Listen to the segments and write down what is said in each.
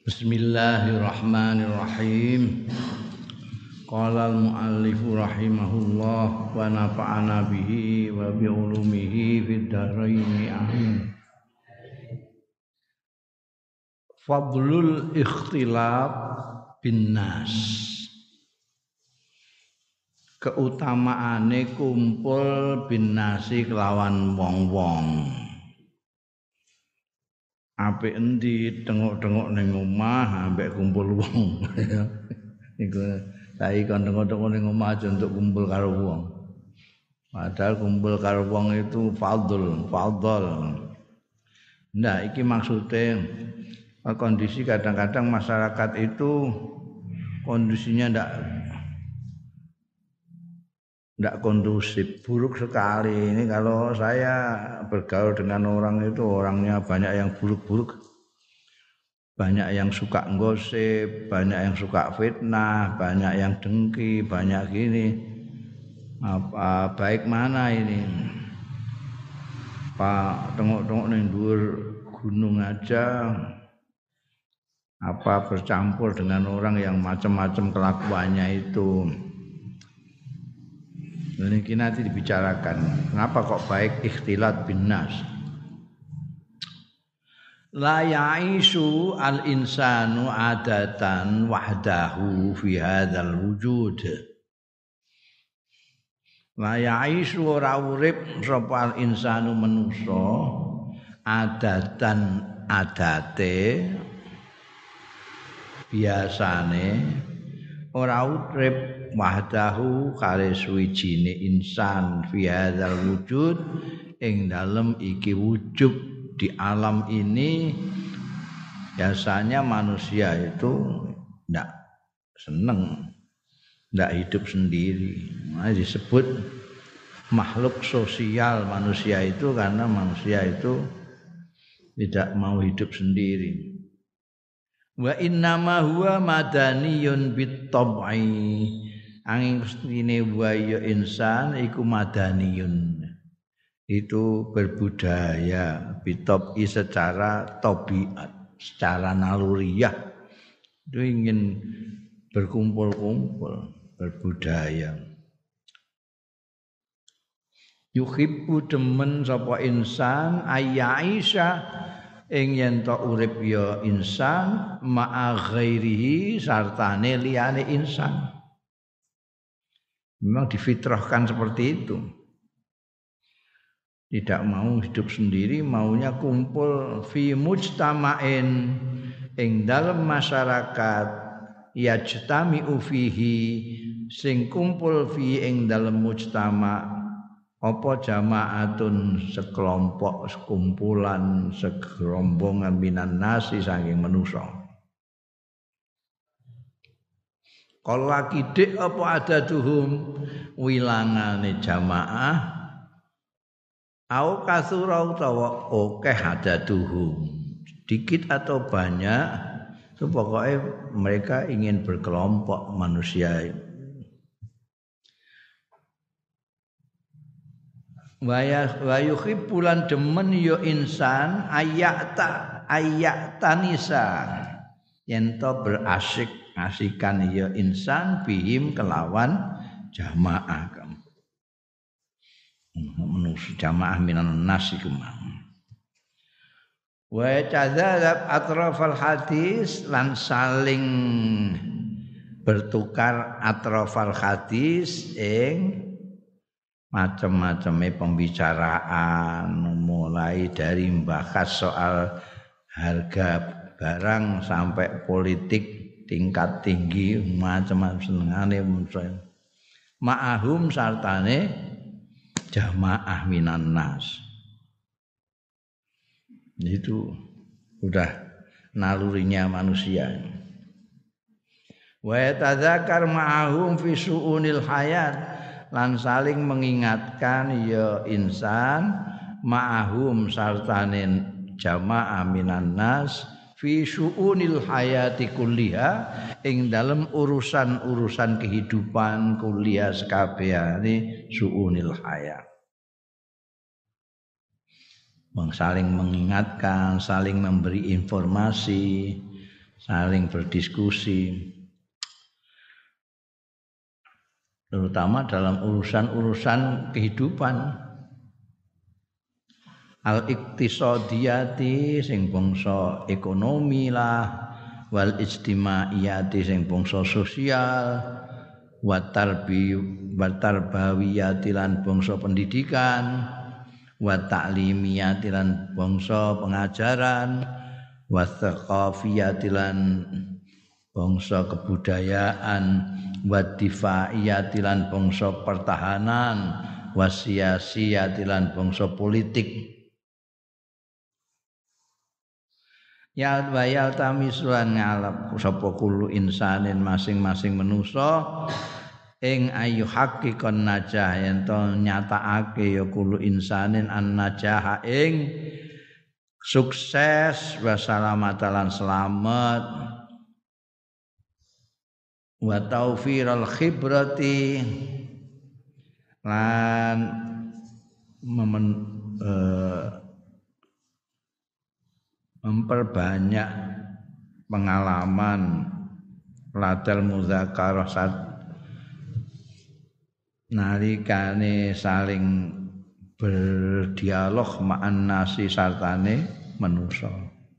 Bismillahirrahmanirrahim. Qala al-muallif rahimahullah wa nafa'ana bihi wa bi ulumihi fid dharain amin. Fadlul ikhtilaf bin nas. Keutamaane kumpul bin nasi kelawan wong-wong. Apik endi tengok-tengok ning omah ambek kumpul wong. Iku saiki kon tengok-tengok ning omah aja untuk kumpul karo wong. Padahal kumpul karo wong itu fadl. Nah, iki maksudnya kondisi kadang-kadang masyarakat itu kondisinya ndak kondusif, buruk sekali. Ini kalau saya bergaul dengan orang itu orangnya banyak yang buruk-buruk, banyak yang suka gosip, banyak yang suka fitnah, banyak yang dengki, banyak gini. Apa baik mana ini? Pak tengok-tengok ning dhuwur gunung aja apa bercampur dengan orang yang macam-macam kelakuannya itu. Ini nanti dibicarakan. Kenapa kok baik ikhtilat bin nas? La ya'ishu al-insanu adatan wahdahu fi hadzal wujud. La ya'ishu ora urip sapa al-insanu manusa adatan adate biasane ora urip wahdahu kare suwijine insan fi hadzal wujud ing dalem iki wujud di alam ini. Biasanya manusia itu ndak seneng, ndak hidup sendiri. Nah, disebut makhluk sosial manusia itu karena manusia itu tidak mau hidup sendiri. Wa innama huwa madaniyun bit tab'i. Angin kustine wa ya insan iku madaniyun. Itu berbudaya bitobi secara tabiat, secara naluriah. Itu ingin berkumpul-kumpul, berbudaya. Yuhibbu demen sapa insan ayyaisha ing yen ta urip ya insan ma'a ghairihi sartane liyane insan. Memang difitrahkan seperti itu. Tidak mau hidup sendiri, maunya kumpul fi mujtama'in ing dalem masyarakat yajtami'u fihi sing kumpul fi ing dalem mujtama' apa jama'atun sekelompok sekumpulan segerombongan minan nasi saking manusa. Kala kidik apa adaduhum wilangane jamaah au kasura utawa akeh adaduhum sedikit atau banyak itu pokoknya mereka ingin berkelompok manusia. Wa yuhibbulan demen ya insan ayyatanisa yen to berasik-asikan ya insan bihim kelawan jamaah kamu. Manusia jamaah minan nas iku mang. Wa tadzalab atrafal hadis lan saling bertukar atrafal hadis ing macam-macamnya pembicaraan mulai dari membahas soal harga barang sampai politik tingkat tinggi macam-macam senengane ma'ahum sartane jamaah minan nas. Itu udah nalurinya manusia. Wa yatadzakar ma'ahum fi su'unil hayat lan saling mengingatkan ya insan ma'ahum sartane jamaah minan nas fi syu'unil hayati kulliha ing dalem urusan-urusan kehidupan kuliah sekabehane syu'unil hayat. Saling mengingatkan, saling memberi informasi, saling berdiskusi, terutama dalam urusan-urusan kehidupan. Al-iqtisadiyati sing bangsa ekonomi lah, wal ijtimaiyati sing bangsa sosial, wa tarbawiyati lan bangsa pendidikan, wa ta'limiyati lan bangsa pengajaran, wa tsaqafiyati lan bangsa kebudayaan, wa difaiyati lan bangsa pertahanan, wa siyasiyati lan bangsa politik. Ya wayal tamisulan ngalap sapa kulo insanin masing-masing manusa ing ayu hakikon najah yen to nyatakake ya kulo insanin an najah ing sukses wa salamatan selamat wa taufiral khibrati lan memperbanyak pengalaman ladal muzakarah nalikane saling berdialog ma'an nasi sartane manusa.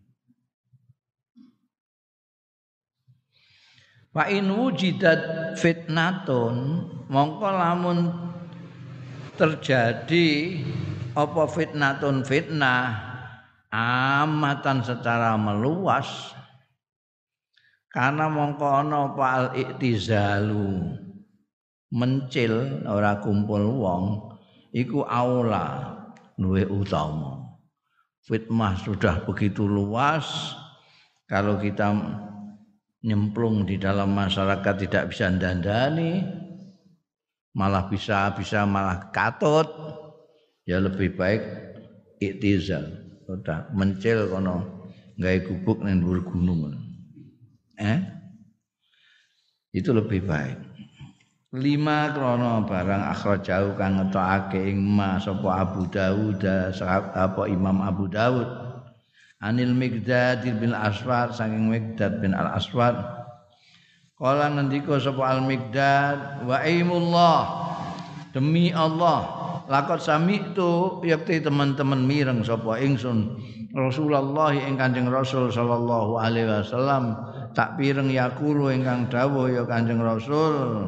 Fa in wujidat fitnatun mongko lamun terjadi apa fitnatun fitnah amatan secara meluas karena mongko ana apa al-iktizalu mencil ora kumpul wong iku aula luwih utama. Fitnah sudah begitu luas, kalau kita nyemplung di dalam masyarakat tidak bisa dandani, malah bisa malah katut, ya lebih baik iktizal. Udah mencil kono gawe gubuk nang dhuwur gunung. Itu lebih baik. 5 krana barang akhrajau kang ngetokake ing ma sapa Abu Dawud apa Imam Abu Dawud anil Miqdad bin Aswad saking Miqdad bin Al Aswad kala ngendika sapa Al Miqdad wa aimullah demi Allah lakot sami'tu yakti teman-teman mireng sapa ingsun Rasulullah ing Kanjeng Rasul sallallahu alaihi wasallam tak pireng yaqulu ingkang dawuh ya Kanjeng Rasul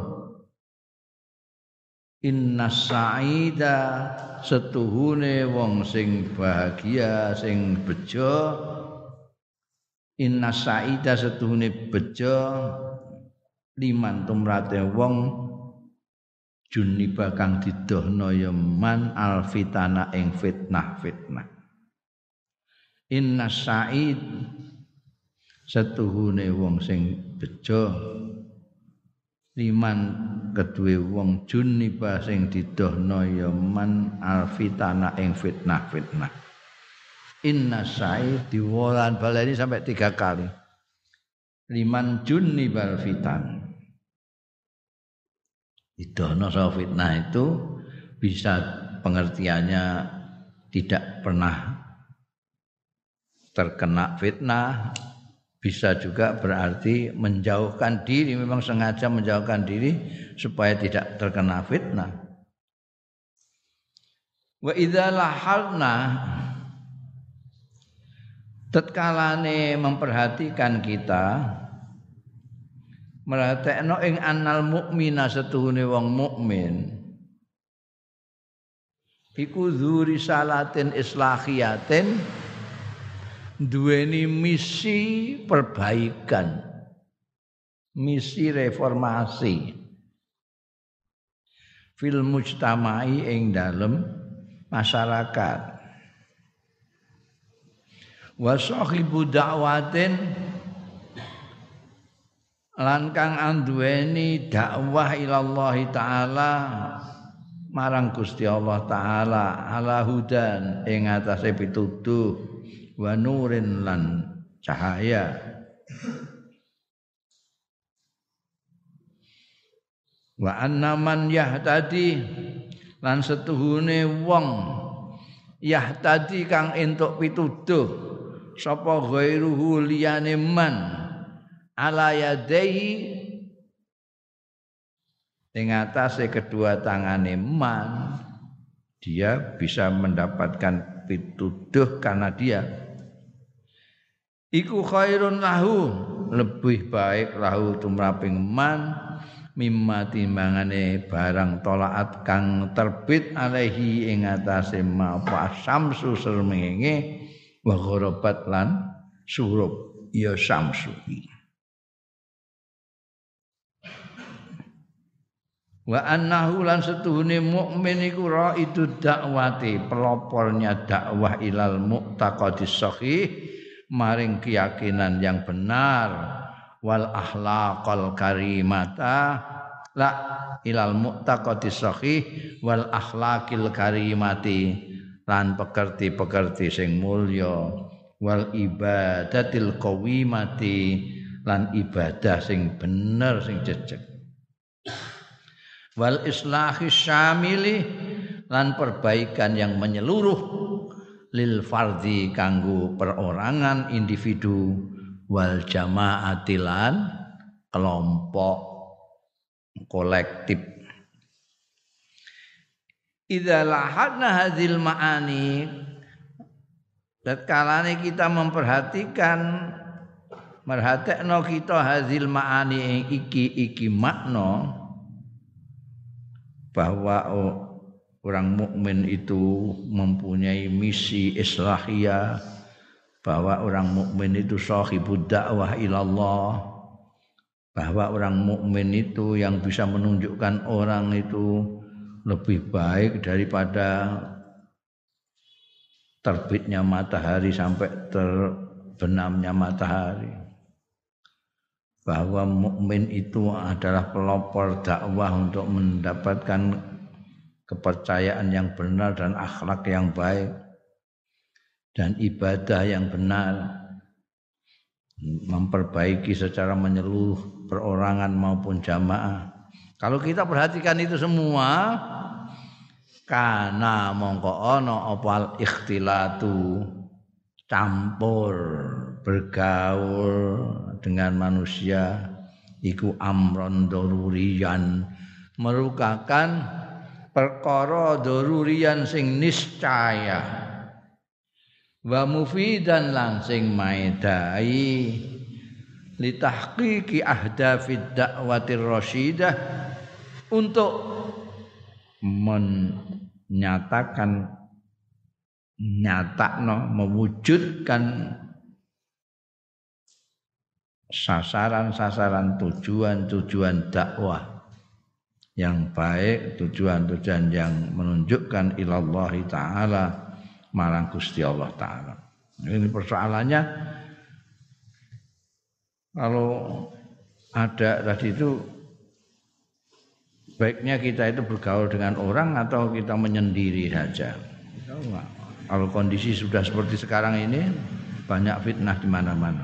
innas sa'ida setuhune wong sing bahagia sing bejo innas sa'ida setuhune bejo liman tumrate wong juniba kang didohna ya man alfitana ing fitnah innas sa'id setuhune wong sing bejo liman kedue wong juniba sing didohna ya man alfitana ing fitnah innas sa'id diwolan baleni sampai 3 kali liman junibal fitan. Didohna sama fitnah itu bisa pengertiannya tidak pernah terkena fitnah, bisa juga berarti menjauhkan diri, memang sengaja menjauhkan diri supaya tidak terkena fitnah. Wa idza lahalna tatkalane memperhatikan kita meratekno ing annal mukmina setuhune wong mukmin iku dzuri salatin islahiyatin duweni misi perbaikan, misi reformasi fil mujtama'i ing dalem masyarakat wa sahibu da'watin lan kang anduweni dakwah ilallah taala marang Gusti Allah taala ala hudan ing atase pituduh wa nurin lan cahaya wa annaman yahtadi lan setuhune wong yahtadi kang entuk pituduh sapa ghairuhu liyane man ala yadaihi ing atase kedua tangane man, dia bisa mendapatkan pituduh karena dia iku khairun lahu, lebih baik lahu tumraping man mimma timbangane barang tolaat kang terbit alaihi ing atase apa syamsu srengenge wa gharabat lan surup ya syamsu. Wa annahu lan setuhune mukmin iku raidud dakwati, pelopornya dakwah ilal mu'taqadis sahih, maring keyakinan yang benar, wal akhlaqal karimata la ilal mu'taqadis sahih wal akhlaqil karimati, lan pekerti-pekerti sing mulya, wal ibadatil qawimati, lan ibadah sing bener sing jejeg, wal islahi syamili, lan perbaikan yang menyeluruh, lil fardhi kanggo perorangan individu, wal jamaatilan kelompok kolektif. Idza lahadna hadzal ma'ani, tatkalane kita merhatekno kita hadzal ma'ani ing iki makna bahwa orang mukmin itu mempunyai misi islahiyah, bahwa orang mukmin itu sahibud dakwah ilallah, bahwa orang mukmin itu yang bisa menunjukkan orang itu lebih baik daripada terbitnya matahari sampai terbenamnya matahari, bahwa mukmin itu adalah pelopor dakwah untuk mendapatkan kepercayaan yang benar dan akhlak yang baik dan ibadah yang benar, memperbaiki secara menyeluruh perorangan maupun jamaah. Kalau kita perhatikan itu semua, kana mongko ana opal ikhtilatu, campur bergaul dengan manusia, iku amron daruriyan, merupakan perkara daruriyan sing niscaya, wa mufidan lan sing maedai, li tahqiqi ahdafid da'watir rasyidah, untuk mewujudkan sasaran-sasaran tujuan-tujuan dakwah yang baik, tujuan-tujuan yang menunjukkan ilallahi ta'ala, marang Gusti Allah Ta'ala. Ini persoalannya, kalau ada tadi itu baiknya kita itu bergaul dengan orang atau kita menyendiri saja. Kalau kondisi sudah seperti sekarang ini, banyak fitnah di mana-mana.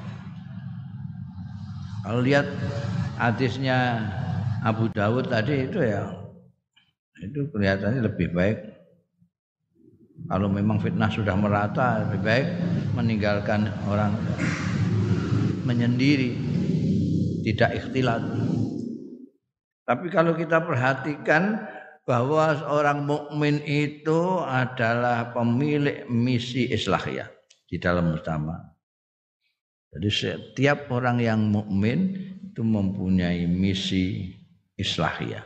Kalau lihat hadisnya Abu Dawud tadi itu ya, itu kelihatannya lebih baik. Kalau memang fitnah sudah merata, lebih baik meninggalkan orang, menyendiri, tidak ikhtilat. Tapi kalau kita perhatikan bahwa seorang mukmin itu adalah pemilik misi islahiyah di dalam mujtama. Jadi setiap orang yang mukmin itu mempunyai misi islahiyah.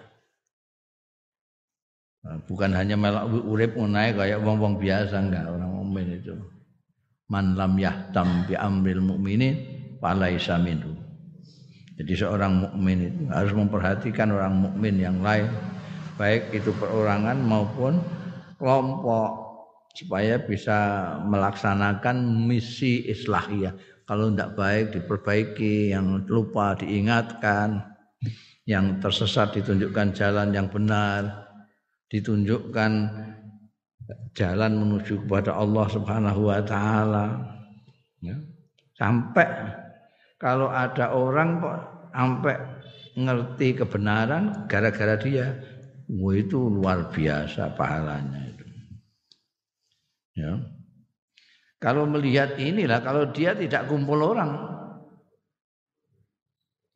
Bukan hanya melak urip ngono kayak wong-wong biasa, enggak. Orang mukmin itu man lam yahtam bi amril mukminin falaisa minhu. Jadi seorang mukmin itu harus memperhatikan orang mukmin yang lain, baik itu perorangan maupun kelompok, supaya bisa melaksanakan misi islahiyah. Kalau tidak baik diperbaiki, yang lupa diingatkan, yang tersesat ditunjukkan jalan yang benar, ditunjukkan jalan menuju kepada Allah Subhanahu wa taala. Ya. Sampai kalau ada orang kok sampai ngerti kebenaran gara-gara dia, itu luar biasa pahalanya itu. Ya. Kalau melihat inilah, kalau dia tidak kumpul orang,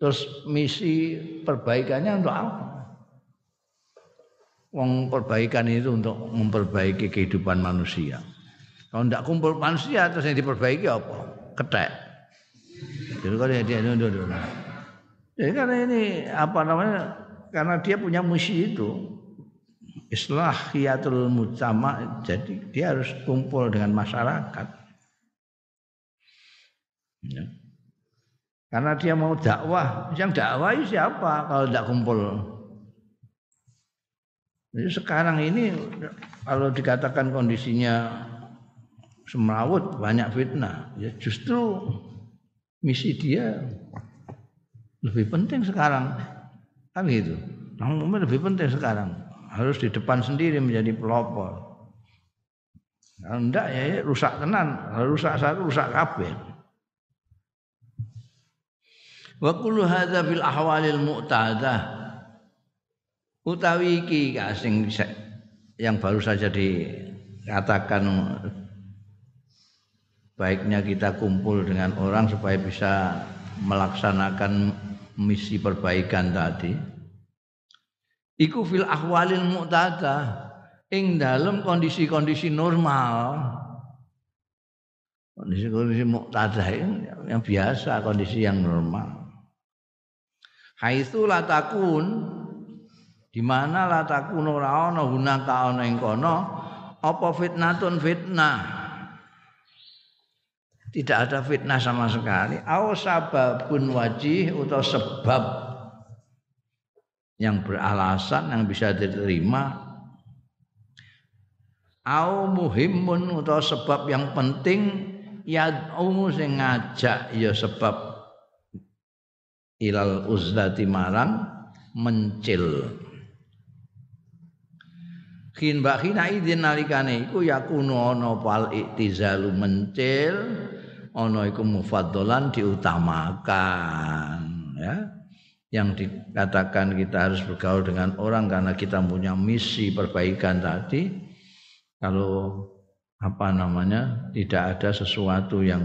Terus misi perbaikannya untuk apa? Wong perbaikan itu untuk memperbaiki kehidupan manusia. Kalau tidak kumpul manusia terus yang diperbaiki apa? Ketek. Jadi kalau dia jadi karena ini apa namanya? Karena dia punya misi itu. Islahiyatul mujtama, jadi dia harus kumpul dengan masyarakat. Ya. Karena dia mau dakwah, yang dakwah siapa kalau tidak kumpul? Jadi sekarang ini kalau dikatakan kondisinya semrawut banyak fitnah, ya justru misi dia lebih penting sekarang, kan gitu. Namanya lebih penting sekarang. Harus di depan sendiri menjadi pelopor. Kalau enggak ya rusak tenan, kalau rusak satu rusak kabeh. Wa kullu hadza fil ahwalil mu'tadah. Utawi iki kasing yang baru saja dikatakan baiknya kita kumpul dengan orang supaya bisa melaksanakan misi perbaikan tadi. Iku fil ahwalil mu'tadah ing dalem kondisi-kondisi normal. Kondisi-kondisi mu'tadah yang biasa, kondisi yang normal. Haitsu la takun di mana la takun ora ana hunaka ana ing kono apa fitnatun fitnah. Tidak ada fitnah sama sekali. Au sababun wajih atau sebab yang beralasan yang bisa diterima, au muhimun atau sebab yang penting yad'u sing ngajak ya sebab ilal uzlati marang mencil. Khin bakhina idzin nalikane iku yakunu ana pal iktizalu mencil, ana iku mufaddalan diutamakan ya. Yang dikatakan kita harus bergaul dengan orang karena kita punya misi perbaikan tadi. Kalau apa namanya tidak ada sesuatu yang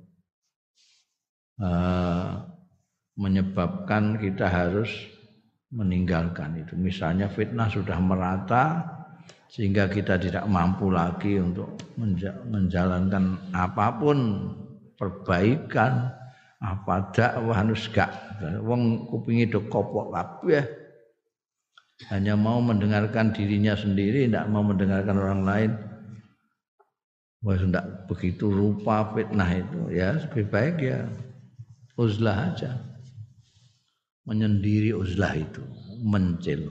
menyebabkan kita harus meninggalkan itu. Misalnya fitnah sudah merata sehingga kita tidak mampu lagi untuk menjalankan apapun perbaikan. Apa dakwah harus gak wong kupinge do kopok kabeh hanya mau mendengarkan dirinya sendiri, tidak mau mendengarkan orang lain. Wah, tidak begitu rupa fitnah itu ya, lebih baik ya uzlah aja, menyendiri uzlah itu, mencil.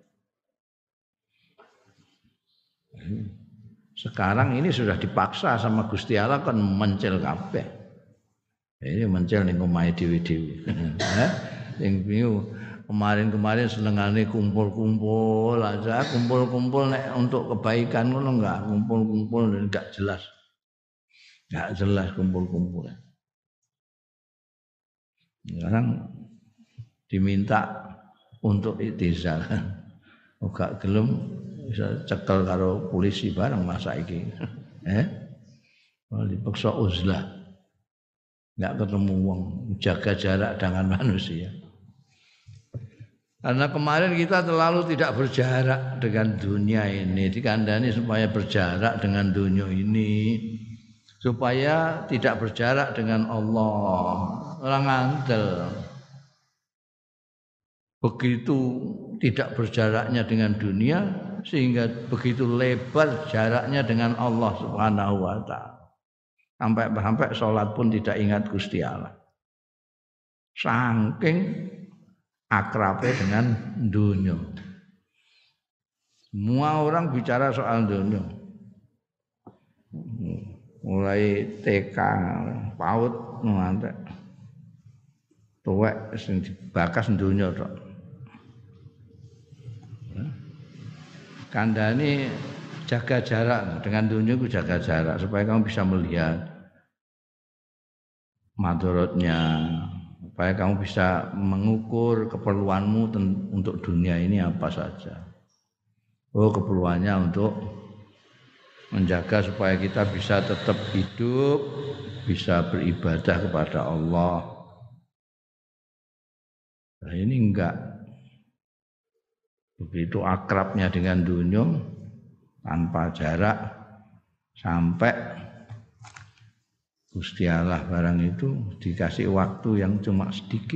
Sekarang ini sudah dipaksa sama Gusti Allah kan mencil kabeh. Ini mencel ning omahe dhewe-dhewe. Sing kemarin senengane kumpul-kumpul aja, kumpul-kumpul nek untuk kebaikan ngono enggak, kumpul-kumpul enggak jelas. Enggak jelas kumpul-kumpul. Sekarang diminta untuk iktizal. Ora gelem bisa cekel karo polisi bareng masa iki. Kalau dipaksa uzlah. Enggak ketemu wong, jaga jarak dengan manusia. Karena kemarin kita terlalu tidak berjarak dengan dunia ini, dikandani supaya berjarak dengan dunia ini, supaya tidak berjarak dengan Allah. Orang ngandel. Begitu tidak berjaraknya dengan dunia, sehingga begitu lebar jaraknya dengan Allah Subhanahu wa ta'ala. Sampai sholat pun tidak ingat Gusti Allah. Saking akrabnya dengan dunia. Semua orang bicara soal dunia. Mulai TK, PAUD, ngantek tuwek sing dibakas dunia tok. Kandhane jaga jarak dengan dunia, ku jaga jarak supaya kamu bisa melihat madorotnya, supaya kamu bisa mengukur keperluanmu untuk dunia ini apa saja. Oh, keperluannya untuk menjaga supaya kita bisa tetap hidup, bisa beribadah kepada Allah. Nah, ini enggak begitu akrabnya dengan dunia tanpa jarak sampai Gusti Allah barang itu dikasih waktu yang cuma sedikit.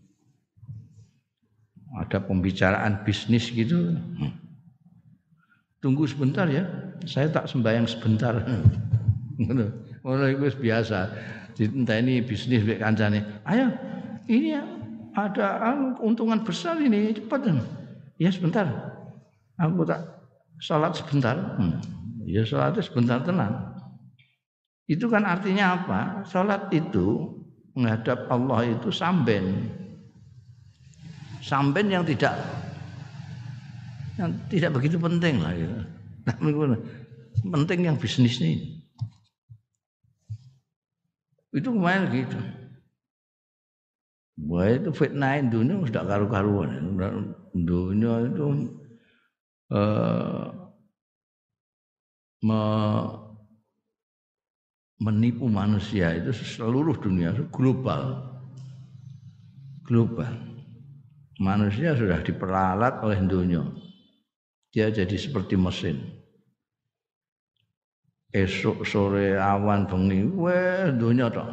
Ada pembicaraan bisnis gitu. Tunggu sebentar ya, saya tak sembahyang sebentar. Ngono iku biasa. Entah ini bisnis wek kancane. Ayo, ini ada keuntungan besar ini, cepat. Ya sebentar. Aku tak salat sebentar. Ya salatnya sebentar tenang. Itu kan artinya apa? Salat itu menghadap Allah itu samben. Samben yang tidak begitu penting lah gitu. Penting yang bisnis ini. Itu kemarin gitu. Wah itu fitnahin dunia sudah karu-karuan. Dunia itu menipu manusia itu seluruh dunia global. Manusia sudah diperalat oleh dunia. Dia jadi seperti mesin. Esok sore awan bengi, weh dunia toh.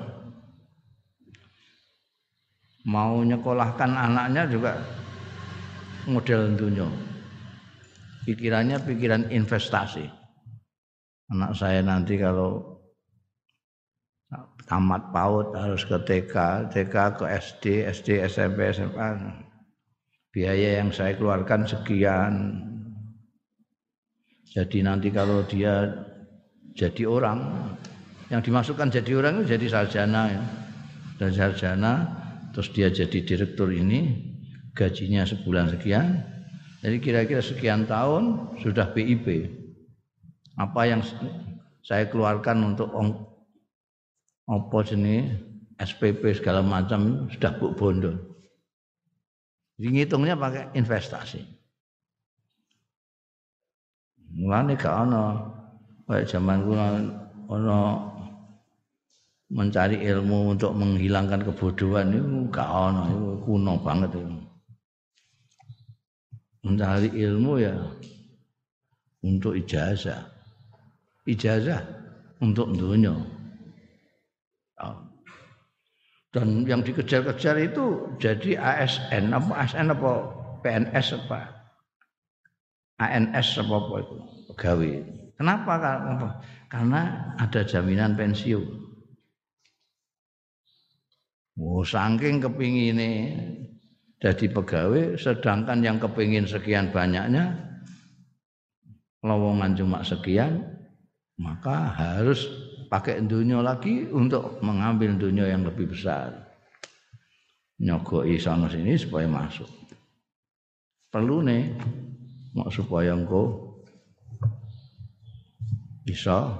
Mau nyekolahkan anaknya juga model dunia. Pikirannya pikiran investasi. Anak saya nanti kalau tamat PAUD harus ke TK ke SD, SMP, SMA. Biaya yang saya keluarkan sekian. Jadi nanti kalau dia jadi orang, yang dimasukkan jadi orang itu jadi sarjana ya. Dan sarjana terus dia jadi direktur ini, gajinya sebulan sekian. Jadi kira-kira sekian tahun sudah BIP. Apa yang saya keluarkan untuk apa jenis SPP segala macam sudah buk bondo. Jadi ngitungnya pakai investasi. Mulane gak ana kayak zaman kula ana mencari ilmu untuk menghilangkan kebodohan itu gak ana, itu kuno banget itu. Mencari ilmu ya untuk ijazah. Ijazah untuk dunia. Dan yang dikejar-kejar itu jadi ASN apa PNS apa ANS apa itu pegawai. Kenapa? Karena ada jaminan pensiun. Saking kepingine jadi pegawai, sedangkan yang kepingin sekian banyaknya lowongan cuma sekian, maka harus pakai dunia lagi untuk mengambil dunia yang lebih besar. Nyogoi sana sini supaya masuk. Perlu nih supaya engkau bisa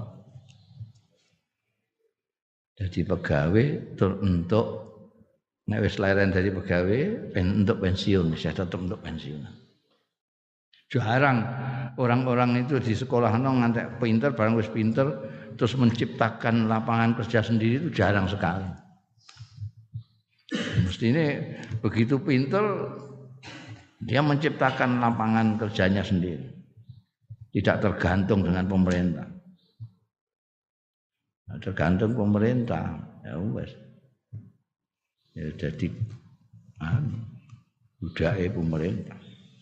jadi pegawai untuk nek wis leren dari pegawai untuk pensiun, saya tetap untuk pensiun. Jarang orang-orang itu di sekolah ngantek pinter, barang wis pinter terus menciptakan lapangan kerja sendiri itu jarang sekali. Mestinya begitu pinter dia menciptakan lapangan kerjanya sendiri. Tidak tergantung dengan pemerintah. Tergantung pemerintah, ya wes. Ya jadi budaya pemerintah.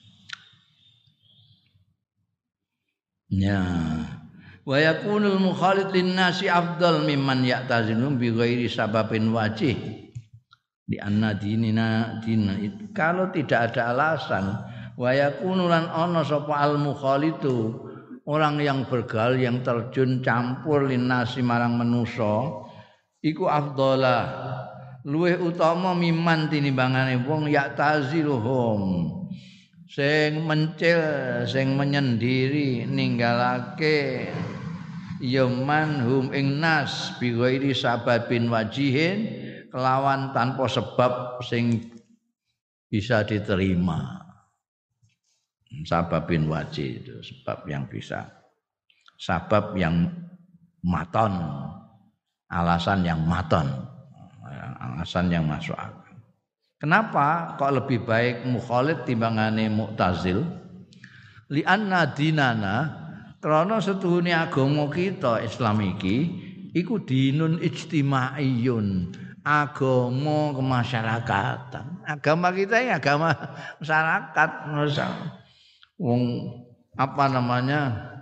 Ya. Wa yakunul mukhalid linnasi afdal mimman ya'tazinu bi ghairi sababin wajih. Di anna dinina din itu kalau tidak ada alasan wa yakunu lan ana sapa al mukhalitu orang yang bergaul yang terjun campur linnasi marang manusa iku afdalah luwih utama mimman tinimbangane wong ya'taziluhum sing mencil sing menyendiri ninggalake yaman hum ing nas bi ghairi sababin wajihin kelawan tanpa sebab sing bisa diterima. Sababin wajih itu sebab yang bisa. Sabab yang maton, alasan yang maton, alasan yang masuk akal. Kenapa kok lebih baik mukhalid timbangane Mu'tazil? Li'anna dinana krana setuhune agama kita Islam iki iku dinun ijtimaiyun, agama kemasyarakatan. Agama kita ini agama masyarakat, wong apa namanya?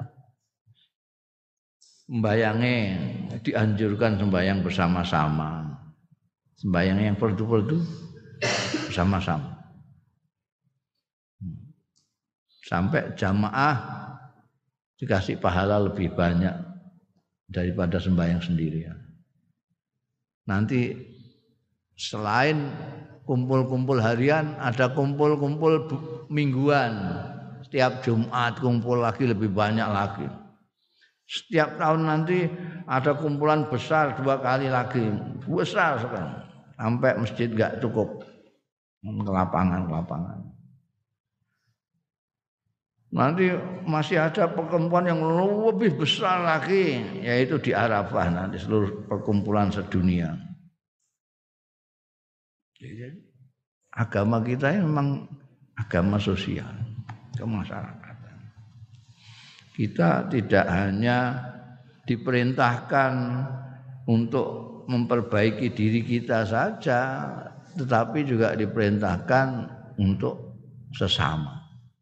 Sembayangnya dianjurkan sembayang bersama-sama. Sembayang yang fardu bersama-sama. Sampai jamaah dikasih pahala lebih banyak daripada sembahyang sendirian. Nanti selain kumpul-kumpul harian, ada kumpul-kumpul mingguan. Setiap Jumat kumpul lagi lebih banyak lagi. Setiap tahun nanti ada kumpulan besar 2 kali lagi. Besar sekali. Sampai masjid enggak cukup. Ke lapangan. Nanti masih ada perkumpulan yang lebih besar lagi, yaitu di Arafah nanti seluruh perkumpulan sedunia. Jadi, agama kita ini memang agama sosial, kemasyarakatan. Kita tidak hanya diperintahkan untuk memperbaiki diri kita saja, tetapi juga diperintahkan untuk sesama.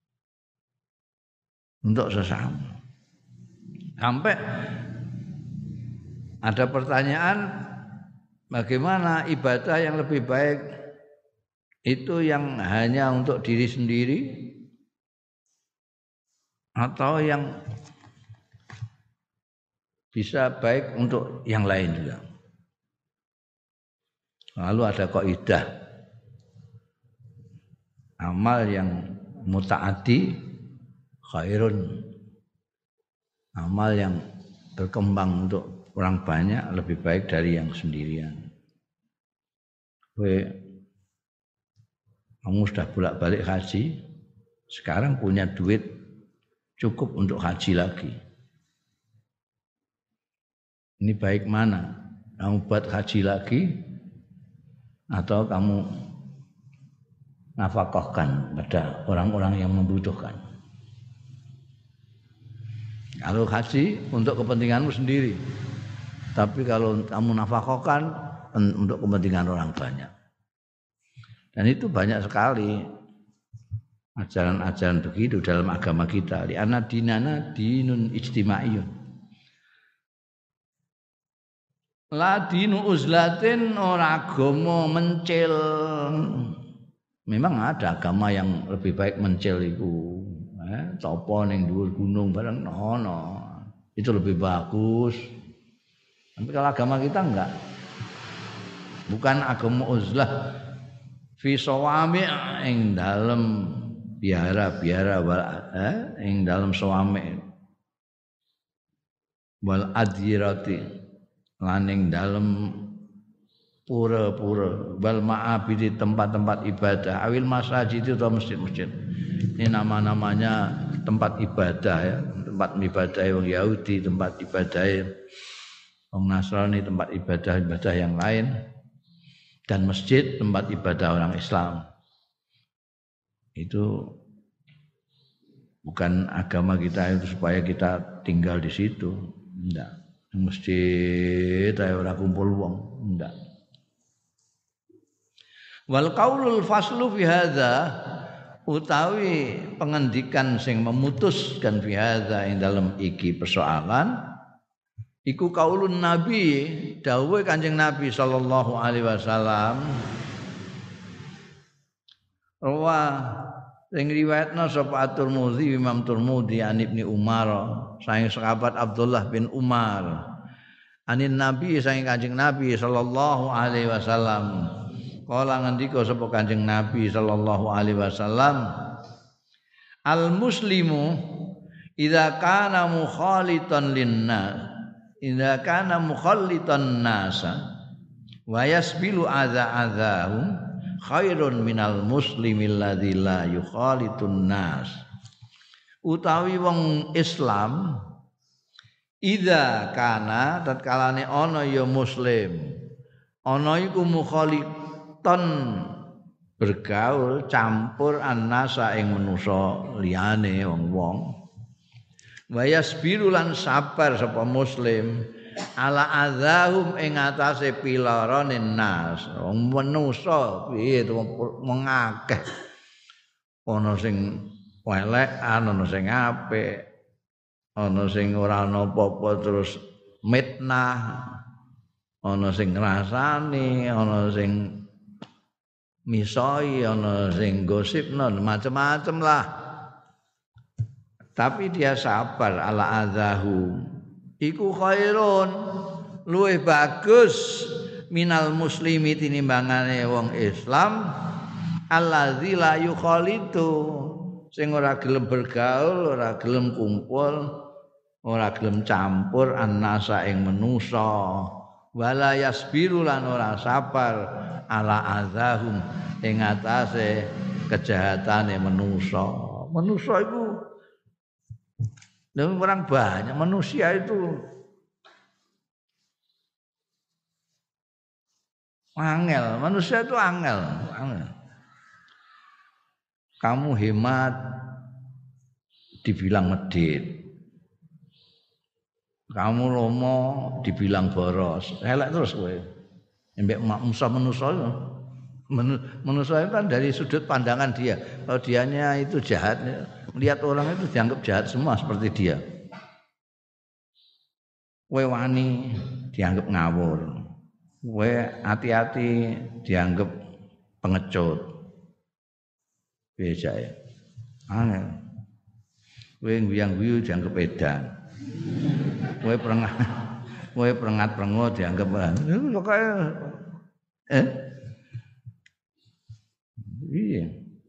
Sampai ada pertanyaan, bagaimana ibadah yang lebih baik itu yang hanya untuk diri sendiri atau yang bisa baik untuk yang lain juga. Lalu ada kaidah amal yang mutaaddi khairun, amal yang berkembang untuk orang banyak lebih baik dari yang sendirian. Kamu sudah bolak-balik haji, sekarang punya duit cukup untuk haji lagi. Ini baik mana? Kamu buat haji lagi atau kamu nafkahkan pada orang-orang yang membutuhkan? Kalau haji untuk kepentinganmu sendiri, tapi kalau kamu nafkahkan untuk kepentingan orang banyak. Dan itu banyak sekali ajaran-ajaran begitu dalam agama kita. Li'anna dinana dinun ijtimaiyun. La dinu uzlatin, ora agama mencil. Memang ada agama yang lebih baik mencil itu. Topo ning dhuwur gunung bareng ono. Itu lebih bagus. Tapi kalau agama kita enggak. Bukan agama uzlah fi sawami ing dalem biara-biara wal ing dalem sawami wal adhirati laning dalem pura-pura wal ma'abidi tempat-tempat ibadah awil masjid itu atau masjid-masjid. Ini nama-namanya tempat ibadah ya, tempat ibadah orang Yahudi, tempat ibadah orang Nasrani, tempat ibadah yang lain, dan masjid tempat ibadah orang Islam. Itu bukan agama kita itu supaya kita tinggal di situ, enggak. Masjid ayo ora kumpul wong, ndak. Wal qaulul faslu fi hadza, utawi pengendikan sing memutuskan fi hadza ing dalem iki persoalan iku qaulun nabi, dawuhe Kanjeng Nabi sallallahu alaihi wasallam. Rawa sing riwayatna sapa At-Tirmidzi, Imam Tirmidzi an Ibnu Umar, saking sahabat Abdullah bin Umar. Anin Nabi saking Kanjeng Nabi sallallahu alaihi wasallam. Kala ngendika sapa Kanjeng Nabi sallallahu alaihi wasallam, al muslimu idza kana mukhalitan linnas, idza kana mukhallitan nasa wa yasbilu adza-adzahum khairun minal muslimil ladzi la yukhalitun nas. Utawi wong Islam idza kana tatkalane ana ya muslim ana iku mukhaliton bergaul campur annasa ing manusa liyane wong-wong. Wa yasbiru lan sabar sapa muslim ala adzahum ing atase pilarane nas. Wong manusa piye to mengakeh. Ana sing elek, ana sing apik, ana sing ora ana apa-apa terus mitnah, ana sing ngrasani, ana sing misoi, ana sing gosipna, macam-macam lah. Tapi dia sabar ala adzahum. Iku khairun, luwih bagus minal muslimi tinimbangane wong Islam allazi la yukhalitu, sing ora gelem bergaul, ora gelem kumpul, ora gelem campur annasa ing manusa. Wala yasbiru lan ora sabar ala azahum ing atase kejahatane manusa. Manusa iku orang banyak, manusia itu angel, manusia itu angel. Kamu hemat dibilang medit, kamu lomo dibilang boros, elek terus kowe. Mbek manusa itu kan dari sudut pandangan dia. Kalau dianya itu jahat, melihat orang itu dianggap jahat semua seperti dia. Kowe wani dianggap ngawur, kowe hati-hati dianggap pengecut. Biasa ya, angel. Kowe nguyang-guyu dianggap edan. Kowe perengat-perengot dianggap pokoke iya.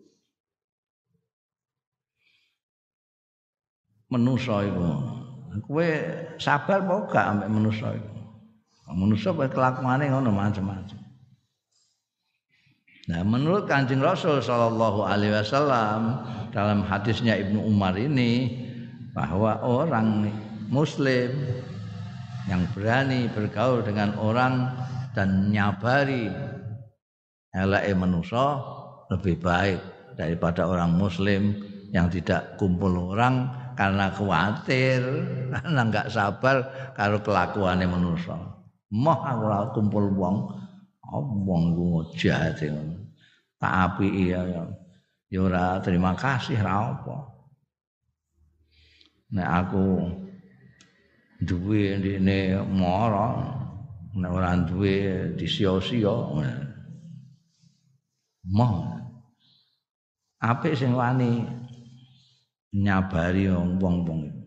Manusa iku. Kowe sabar apa gak ambek manusa iku? Manusa kowe kelakuane ngono macam-macam. Nah, menurut Kanjeng Rasul sallallahu alaihi wasallam dalam hadisnya Ibnu Umar ini bahwa orang muslim yang berani bergaul dengan orang dan nyabari eleke manusa lebih baik daripada orang muslim yang tidak kumpul orang karena khawatir, karena enggak sabar karo kelakuane manusa. Moh aku ora kumpul wong, wong ku jahat ngono. Tak apiki ya ora terima kasih ra apa. Nek aku duwe ndekne mara, nek ora duwe disia-sia. Moh apik sing wani nyabari wong-wong itu.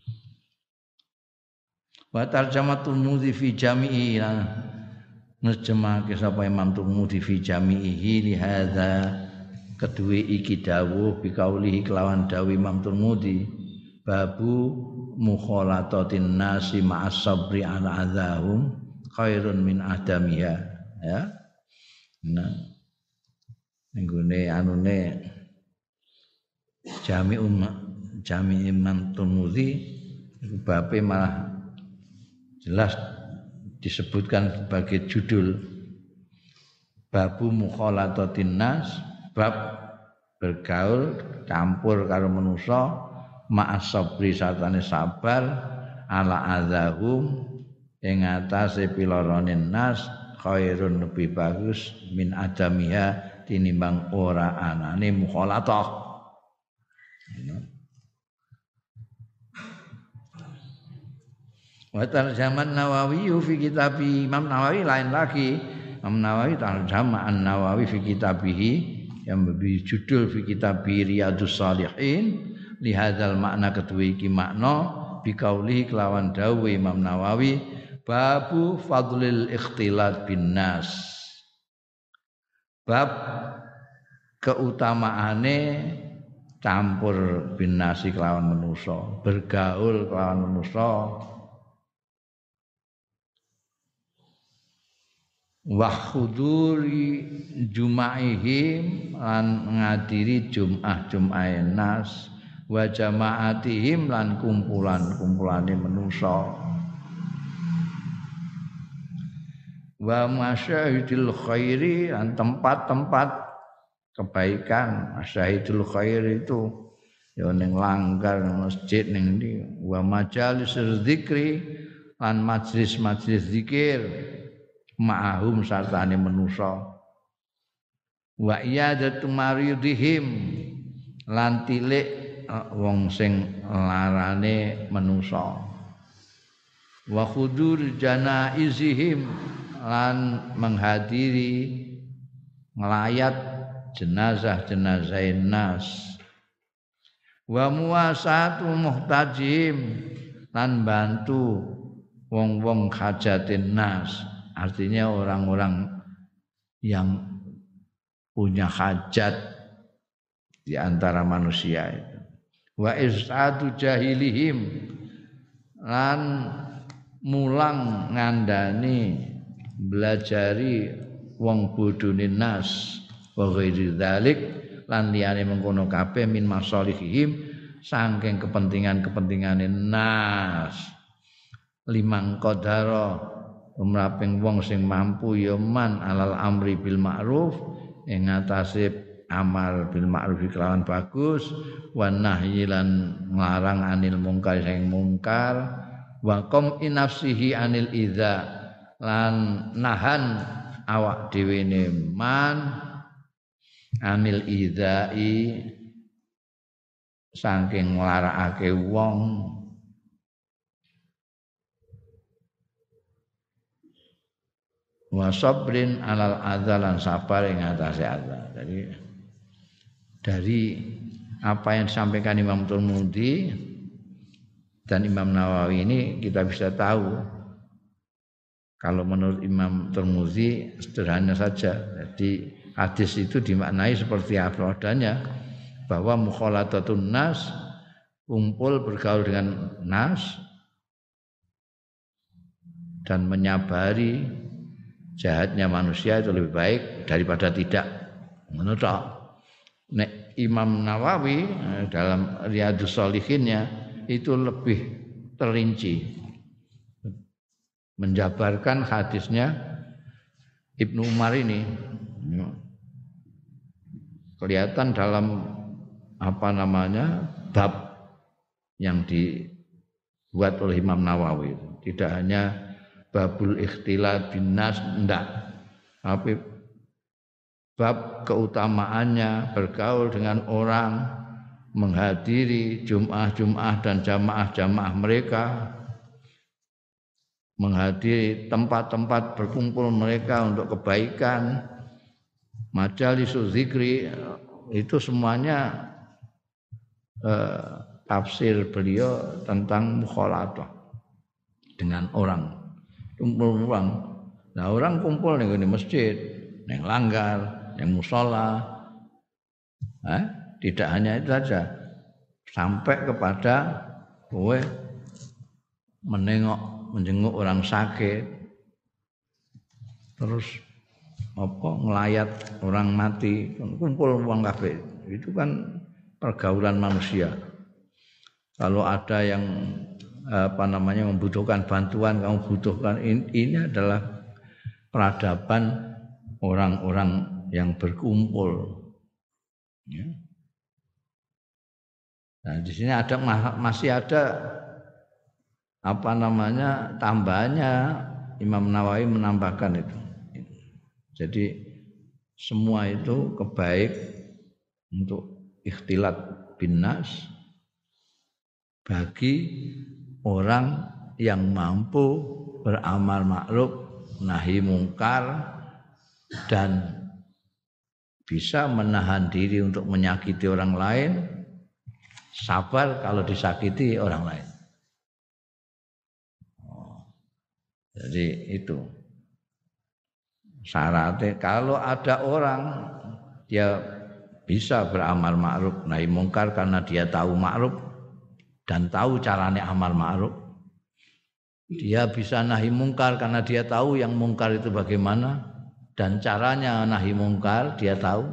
Wa tarjamatul mudhi fi jami'i nerjemahake sapa Imam Tirmidzi fi jami'ihi li hadza kedue iki dawuh bi kaulihi kelawan dawuh Imam Tirmidzi babu mukhalatatin nasi ma'as sabri ala adzahum khairun min adamiha ya. Nah nggone anune Jami Imam Tirmidzi iku bape malah jelas disebutkan sebagai judul babu mukhalatatin nas, bab bergaul campur karo manusa ma'as sabri sartane sabar ala adzahum ing atase pilarane nas khairun lebih bagus min adamiha tinimbang ora anane mukhalatah. Wa tarjaman Nawawi fi kitab Imam Nawawi lain lagi. Imam Nawawi tarjama An-Nawawi fi kitabihi yang berjudul fi kitab Riyadhus Shalihin li hadzal makna kedua iki makna bi qauli kelawan dawuh Imam Nawawi babu fadlil ikhtilat bin nas. Bab keutamaane campur bin nasi kelawan manusa, bergaul kelawan manusa. Wa khuduri jumaihim lan ngadiri Jum'ah nas wa jamaatihim lan kumpulan-kumpulane manusa wa masyahidil khairi lan tempat-tempat kebaikan, syahidul khair itu ya ning langgar masjid ning ndi wa majalis dzikri lan majlis-majlis zikir ma'ahum sartane manusa wa iyadatu maridihim lan tilik wong sing larane manusa wa khudur janaizihim lan menghadiri ngelayat jenazah-jenazah nas wa muwasatu muhtajim lan bantu wong-wong hajatin nas, artinya orang-orang yang punya hajat di antara manusia itu. Wa is'adu jahilihim lan mulang ngandani belajari wong bodhone nas wa ghairi dzalik lan liyane mengkono kabeh min masalihihim saking kepentingan-kepentingane nas limang qadara umraping wong sing mampu ya man alal amri bil ma'ruf ing atase amal bil ma'ruf kelawan bagus wa nahyi lan nglarang anil mungkar sing mungkar wa qam nafsihi anil idza lan nahan awak dhewe ne man anil idzai saking nglarakake wong wa sabrin alal adzalan sabar ing atase Allah. Jadi dari apa yang disampaikan Imam Tirmidzi dan Imam Nawawi ini kita bisa tahu kalau menurut Imam Tirmidzi sederhana saja. Jadi hadis itu dimaknai seperti apa adanya bahwa mukhalatatun nas kumpul bergaul dengan nas dan menyabari jahatnya manusia itu lebih baik daripada tidak. Menurut nek Imam Nawawi dalam Riyadhus Shalihinnya itu lebih terinci menjabarkan hadisnya Ibnu Umar ini. Kelihatan dalam bab yang dibuat oleh Imam Nawawi. Tidak hanya babul ikhtilat bin nas enggak, tapi bab keutamaannya bergaul dengan orang, menghadiri Jum'ah dan jamaah-jamaah mereka, menghadiri tempat-tempat berkumpul mereka untuk kebaikan, majalisul zikri, itu semuanya tafsir beliau tentang mukhalatah dengan orang. Kumpul orang. Nah, orang kumpul ning masjid, ning langgar, ning musala. Tidak hanya itu saja. Sampai kepada kowe menjenguk orang sakit. Terus ngelayat orang mati, kumpul uang kabeh. Itu kan pergaulan manusia. Kalau ada yang membutuhkan bantuan, kamu butuhkan, ini adalah peradaban orang-orang yang berkumpul. Ya. Nah, di sini masih ada tambahannya Imam Nawawi menambahkan itu. Jadi semua itu kebaik untuk ikhtilat bin nas bagi orang yang mampu beramal ma'ruf nahi mungkar dan bisa menahan diri untuk menyakiti orang lain, sabar kalau disakiti orang lain. Jadi itu syaratnya. Kalau ada orang dia bisa beramal ma'ruf nahi mungkar karena dia tahu ma'ruf dan tahu caranya amal ma'ruf. Dia bisa nahi mungkar karena dia tahu yang mungkar itu bagaimana dan caranya nahi mungkar dia tahu.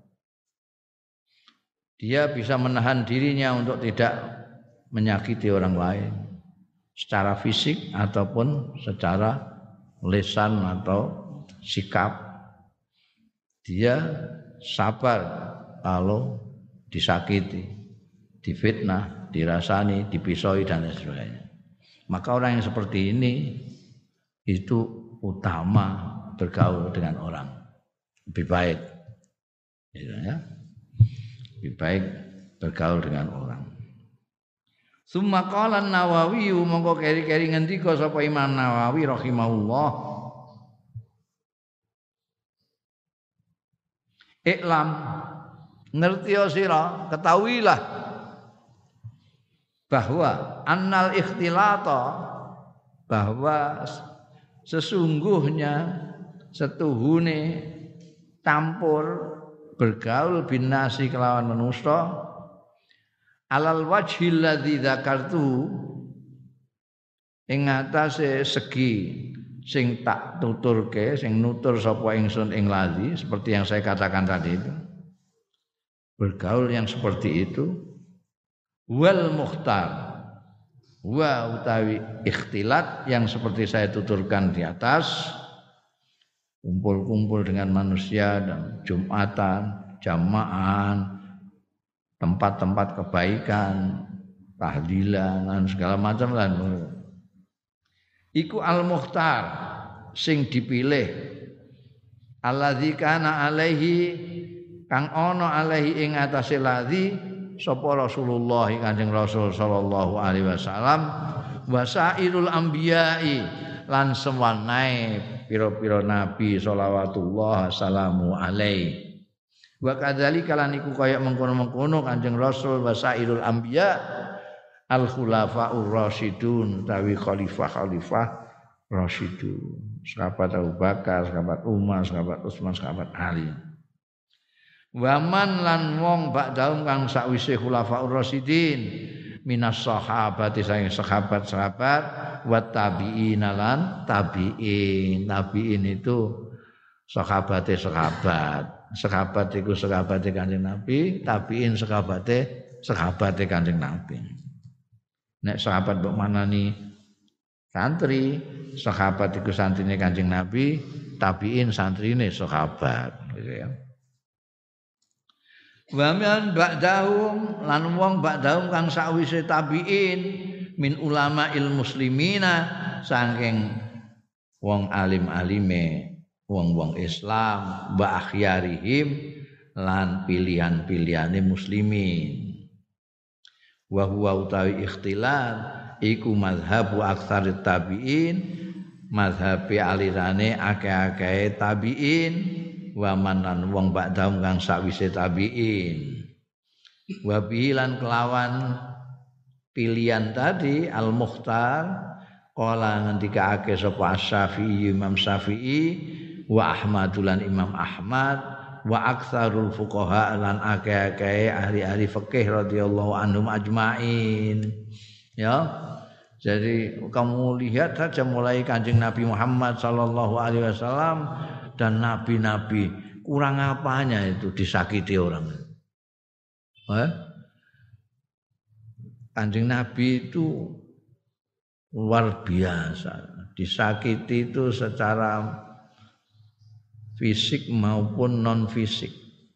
Dia bisa menahan dirinya untuk tidak menyakiti orang lain secara fisik ataupun secara lisan atau sikap. Dia sabar kalau disakiti, difitnah, dirasani, dipisoi dan sebagainya. Maka orang yang seperti ini itu utama bergaul dengan orang. Lebih baik. Ya. Lebih baik bergaul dengan orang. Summa qala Nawawi mongko keri-keri ngendika sapa Imam Nawawi rahimahullah. Iklam ngerti sira, ketahuilah bahwa annal ikhtilata, bahwa sesungguhnya setuhune campur bergaul binasi kelawan manusia alal wajhil ladzi dzakartu ing atase segi sing tak tuturke, sing nutur sapa ingsun ing ladzi, seperti yang saya katakan tadi itu. Bergaul yang seperti itu wal mukhtar wa utawi ikhtilat yang seperti saya tuturkan di atas, kumpul-kumpul dengan manusia dan jumatan, jamaahan, tempat-tempat kebaikan, tahlilan dan segala macam lah. Iku al-mukhtar sing dipilih, alladzi kana alaihi kang ana alaihi ing atase ladzi sapa Rasulullah Kanjeng Rasul sallallahu alaihi wasallam wasairul anbiya'i lan semanae pira-pira nabi shalawatullah salamu alaihi. Wa kadzalika lan iku kaya mengkono-mengkono Kanjeng Rasul wasairul anbiya al khulafaur rasyidun tawi khalifah rasyidun, sahabat Abu Bakar, sahabat Umar, sahabat Utsman, sahabat Ali. Waman lan wong ba'daum kang sakwise khulafaur rasyidin minas sahabati saking sahabat-sahabat wa tabi'in lan tabi'in. Tabi'in itu sahabate sahabat. Sahabat iku sahabate Kanjeng Nabi, tabi'in sahabate Kanjeng Nabi. Nek sahabat mbok manani santri, sahabat iku santrine Kanjeng Nabi, tabi'in santrine sahabat, gitu ya. Wa man ba'dahum lan wong ba'dahum kang sakwise tabi'in min ulama'il muslimina saking wong alim-alime wong-wong Islam wa akhyarihim lan pilihan-pilihane muslimin. Wa huwa utawi ikhtilat iku mazhabu aktsarit tabi'in, mazhabe alirane akeh-akehe tabi'in wa manan wong ba'dahum kang sakwise tabi'in. Wa bilan kelawan pilihan tadi al-mukhtar qala ngendikake sapa Asy-Syafi'i Imam Syafi'i wa Ahmadulan Imam Ahmad wa aktsarul fuqaha lan akeh-akeh ahli-ahli fikih radhiyallahu anhum ajmain. Ya. Jadi kamu lihat saja mulai Kanjeng Nabi Muhammad sallallahu alaihi wasallam dan nabi-nabi, kurang apanya itu disakiti orang. Kanjeng Nabi itu luar biasa, disakiti itu secara fisik maupun non fisik.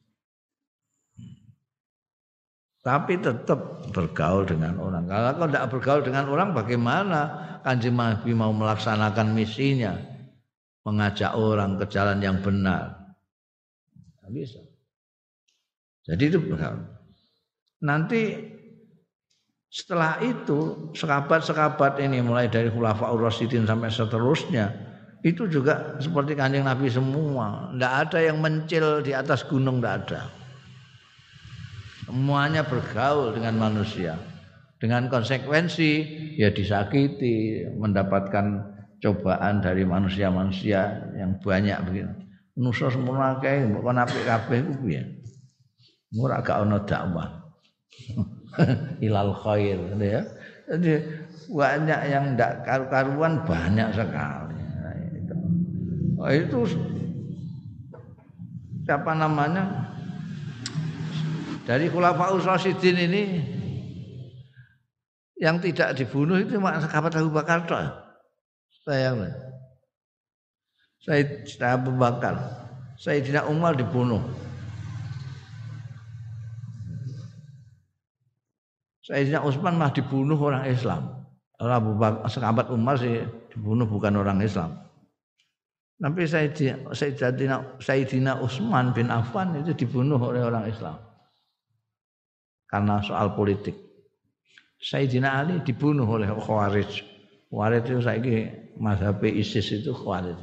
Tapi tetap bergaul dengan orang. Kalau tidak bergaul dengan orang, bagaimana Kanjeng Nabi mau melaksanakan misinya? Mengajak orang ke jalan yang benar. Tidak bisa. Jadi itu bergaul. Nanti setelah itu sahabat-sahabat ini mulai dari Khulafaur Rasyidin sampai seterusnya itu juga seperti Kanjeng Nabi semua. Tidak ada yang mencil di atas gunung, tidak ada. Semuanya bergaul dengan manusia. Dengan konsekuensi ya disakiti, mendapatkan cobaan dari manusia-manusia yang banyak begitu. Nusa semono akeh mbok kon apik kabeh ku piye? Ora gak ana dakwah. Ilal khair ya. Jadi banyak yang ndak karu-karuan, banyak sekali. Nah, itu siapa namanya? Dari Khulafaur Rasyidin ini yang tidak dibunuh itu sahabat Abu Bakar toh. Sayyidina Abu Bakar, Sayyidina Umar dibunuh. Sayyidina Utsman mah dibunuh orang Islam. Abu Bakar, sahabat Umar sih dibunuh bukan orang Islam. Tapi Sayyidina Utsman bin Affan itu dibunuh oleh orang Islam karena soal politik. Sayyidina Ali dibunuh oleh Khawarij. Khawarij itu saiki mazhab ISIS itu Khawarij.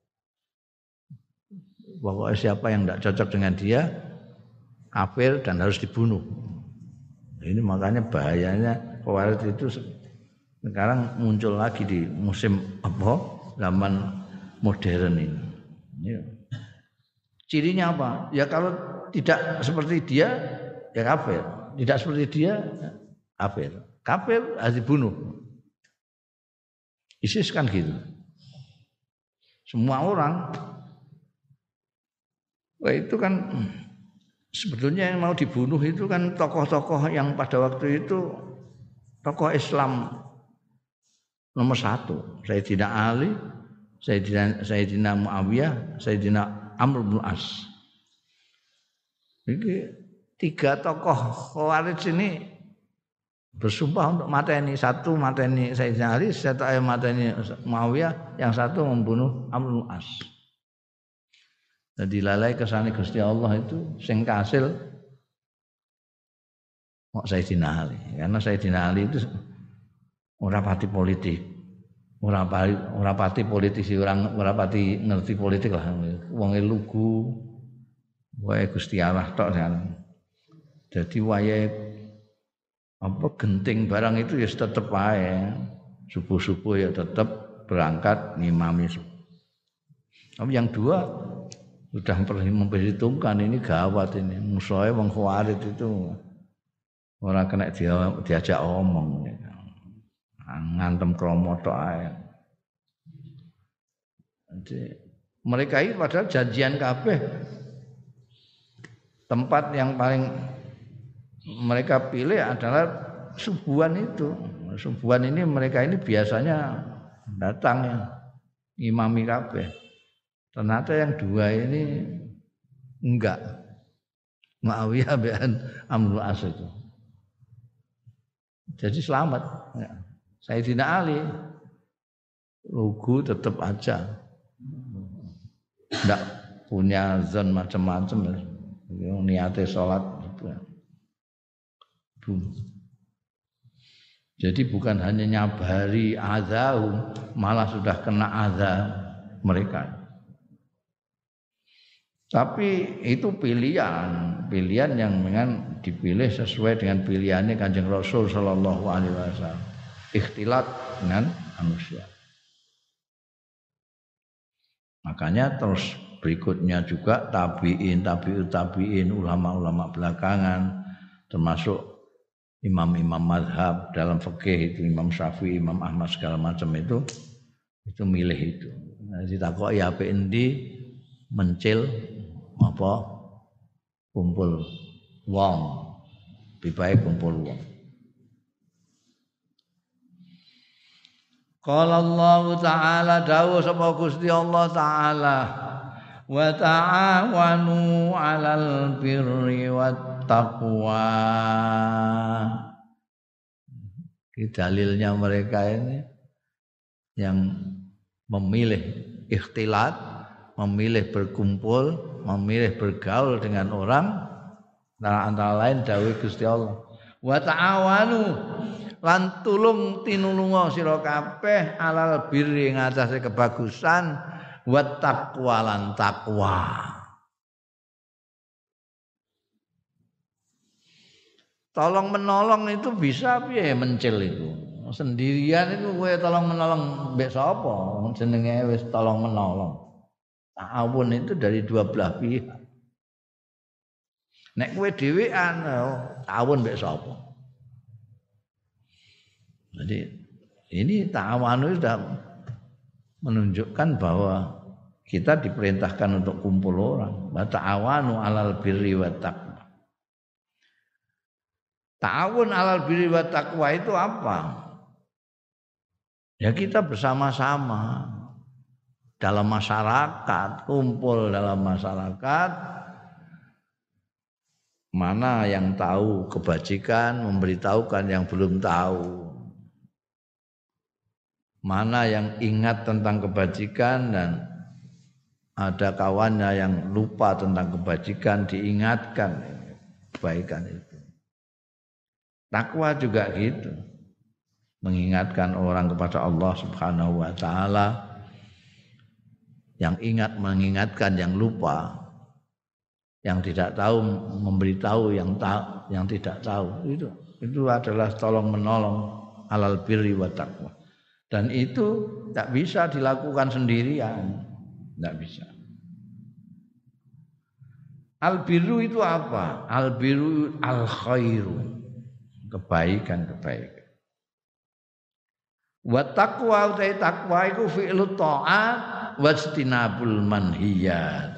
Pokoknya siapa yang tidak cocok dengan dia kafir dan harus dibunuh. Ini makanya bahayanya Khawarij itu sekarang muncul lagi di musim apa? Zaman modern ini. Cirinya apa? Ya kalau tidak seperti dia ya kafir, tidak seperti dia kafir. Kafir harus dibunuh. ISIS kan gitu. Semua orang itu kan sebetulnya yang mau dibunuh itu kan tokoh-tokoh yang pada waktu itu tokoh Islam nomor 1. Sayyidina Ali, Sayyidina Muawiyah, Sayyidina Amr bin As. Ini 3 tokoh Khawarij ini bersumpah untuk mateni. Satu mateni Sayyidina Ali, satu mateni Muawiyah, yang satu membunuh Amr bin As. Jadi lalai kesane Gusti Allah itu sing kasil kok Sayyidina Ali. Karena Sayyidina Ali itu ora pati politik. Ora pati politisi, ora pati ngerti politik lah. Wonge lugu. Wae Gusti Allah tok kan. Jadi wae apa genting barang itu ya tetep wae. Subuh-subuh ya tetep berangkat ngimami. Tapi yang 2 sudah memperhitungkan ini gawat ini. Musuhnya wong Khawarij itu ora kena diajak omong. Ngantem kromo tok ae. Mereka ini padahal janjian kabeh. Tempat yang paling mereka pilih adalah subuhan itu. Subuhan ini mereka ini biasanya datang ya imami kabeh. Ternyata yang 2 ini enggak. Muawiyah bin Amr bin As itu. Jadi selamat. Ya. Sayyidina Ali lugu tetap aja. Enggak punya zon macam-macam. Niate salat gitu. Jadi bukan hanya nyabari azab, malah sudah kena azab mereka. Tapi itu pilihan yang dengan dipilih sesuai dengan pilihannya Kanjeng Rasul sallallahu alaihi wasallam. Ikhtilat dengan manusia. Makanya terus berikutnya juga tabi'in, tabi'ut tabi'in, ulama-ulama belakangan termasuk imam-imam mazhab dalam fikih itu Imam Syafi'i, Imam Ahmad segala macam itu milih itu. Nah, ditakoki apik endi mencil apa kumpul wong, lebih baik kumpul wong. Qala Allah Ta'ala dawuh sapa Gusti Allah Ta'ala wa ta'awanu 'alal birri wat taqwa. Ini dalilnya mereka ini yang memilih ikhtilat, memilih berkumpul, memilih bergaul dengan orang, antara lain dawuh Gusti Allah. Wa ta'awanu lan tulung tinulunga sira kabeh alal birri ing atase kebagusan wat taqwa lan takwa. Tolong menolong itu bisa piye mencil itu. Sendirian itu kowe tolong menolong mbek sapa? Jenenge wis tolong menolong. Ta'awun itu dari dua belah pihak. Nek kowe dhewean ta'awun mbek sapa? Jadi ini ta'awanu sudah menunjukkan bahwa kita diperintahkan untuk kumpul orang. Wa ta'awanu 'alal birri wat taqwa. Ta'awun 'alal birri wat taqwa itu apa? Ya kita bersama-sama dalam masyarakat, kumpul dalam masyarakat Mana yang tahu kebajikan memberitahukan yang belum tahu. Mana yang ingat tentang kebajikan dan ada kawannya yang lupa tentang kebajikan diingatkan kebaikan itu. Takwa juga gitu. Mengingatkan orang kepada Allah Subhanahu wa taala. Yang ingat mengingatkan yang lupa. Yang tidak tahu memberitahu yang tidak tahu. Itu adalah tolong menolong alal birri wa taqwa. Dan itu tidak bisa dilakukan sendirian. Tidak bisa. Al-birru itu apa? Al-birru al-khairu. Kebaikan-kebaikan. Wa taqwa utai taqwa iku fi'lu ta'at wa istinabul manhiyat.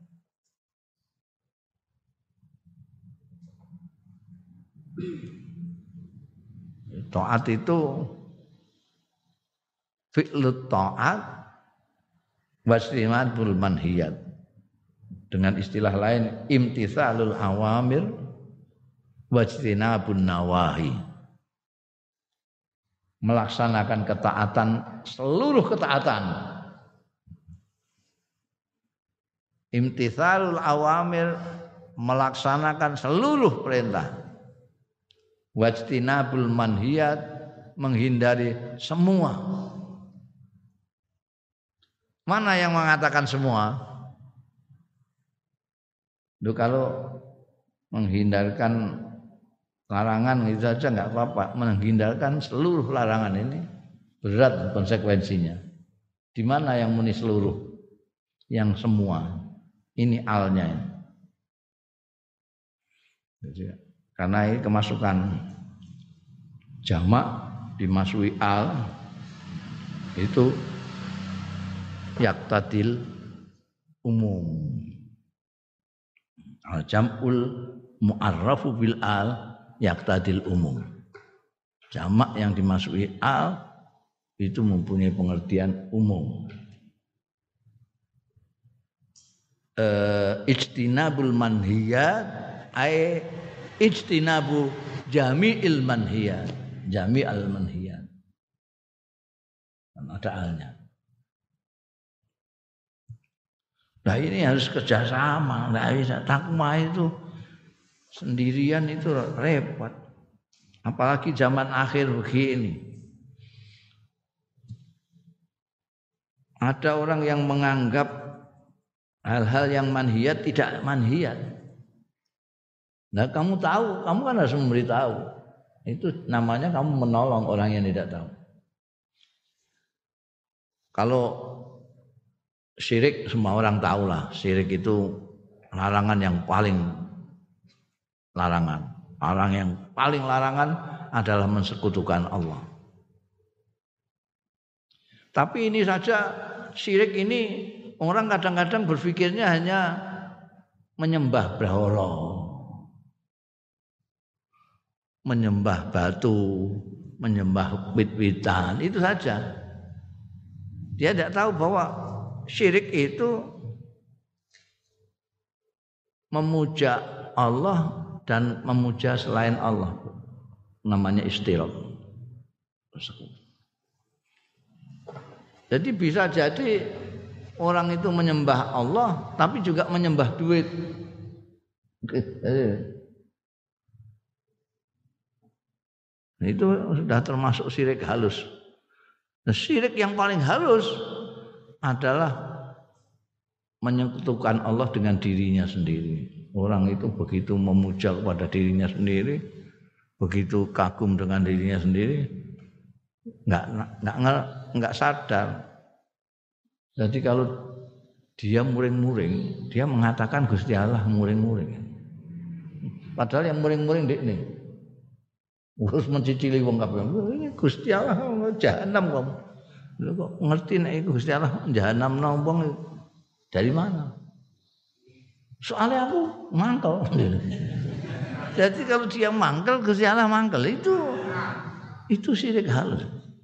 Ta'at itu fi'lu ta'at wa istinabul manhiyat. Dengan istilah lain imtitsalul awamir wa istinabun nawahi. Melaksanakan ketaatan, seluruh ketaatan. Imtitsalul awamir, melaksanakan seluruh perintah. Wajtinabul manhiyat, menghindari semua. Mana yang mengatakan semua? Duh, kalau menghindarkan larangan itu saja enggak apa-apa, menghindarkan seluruh larangan ini berat konsekuensinya. Di mana yang muni seluruh? Yang semua. Ini alnya. Karena ini kemasukan jamak dimasuki al itu yaktadil umum. Al-jam'ul mu'arrafu bil al yaktadil umum. Jamak yang dimasuki al itu mempunyai pengertian umum. Ijtinabul manhiyat ay ijtinabu jami'il manhiyat. Jami'al manhiyat. Ada alnya. Nah ini harus kerjasama. Nah, takwa itu sendirian itu repot. Apalagi zaman akhir begini. Ada orang yang menganggap hal-hal yang manhiyat tidak manhiyat. Nah kamu tahu, kamu kan harus memberitahu. Itu namanya kamu menolong orang yang tidak tahu. Kalau syirik semua orang tahu lah. Syirik itu larangan yang paling larangan. Orang yang paling larangan adalah mensekutukan Allah. Tapi ini saja syirik ini orang kadang-kadang berpikirnya hanya menyembah berhala, menyembah batu, menyembah wit-witan, itu saja. Dia tidak tahu bahwa syirik itu memuja Allah dan memuja selain Allah, namanya istirak. Jadi bisa jadi orang itu menyembah Allah tapi juga menyembah duit. Itu sudah termasuk syirik halus. Nah, syirik yang paling halus adalah menyekutukan Allah dengan dirinya sendiri. Orang itu begitu memuja kepada dirinya sendiri, begitu kagum dengan dirinya sendiri, enggak sadar. Jadi kalau dia muring-muring, dia mengatakan Gusti Allah muring-muring. Padahal yang muring-muring dik nih. Urus mencicili wong kabeh. Ini Gusti Allah jahanam kamu. Lho kok ngerti nek iku Gusti Allah jahanam wong dari mana? Soalnya aku mangkel. Jadi kalau dia mangkel Gusti Allah mangkel itu syirik halus.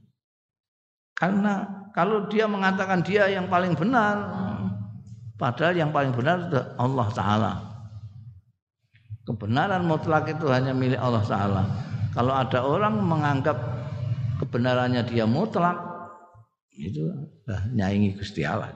Karena kalau dia mengatakan dia yang paling benar, padahal yang paling benar itu Allah Ta'ala. Kebenaran mutlak itu hanya milik Allah Ta'ala. Kalau ada orang menganggap kebenarannya dia mutlak, itu nyaingi Gusti Allah.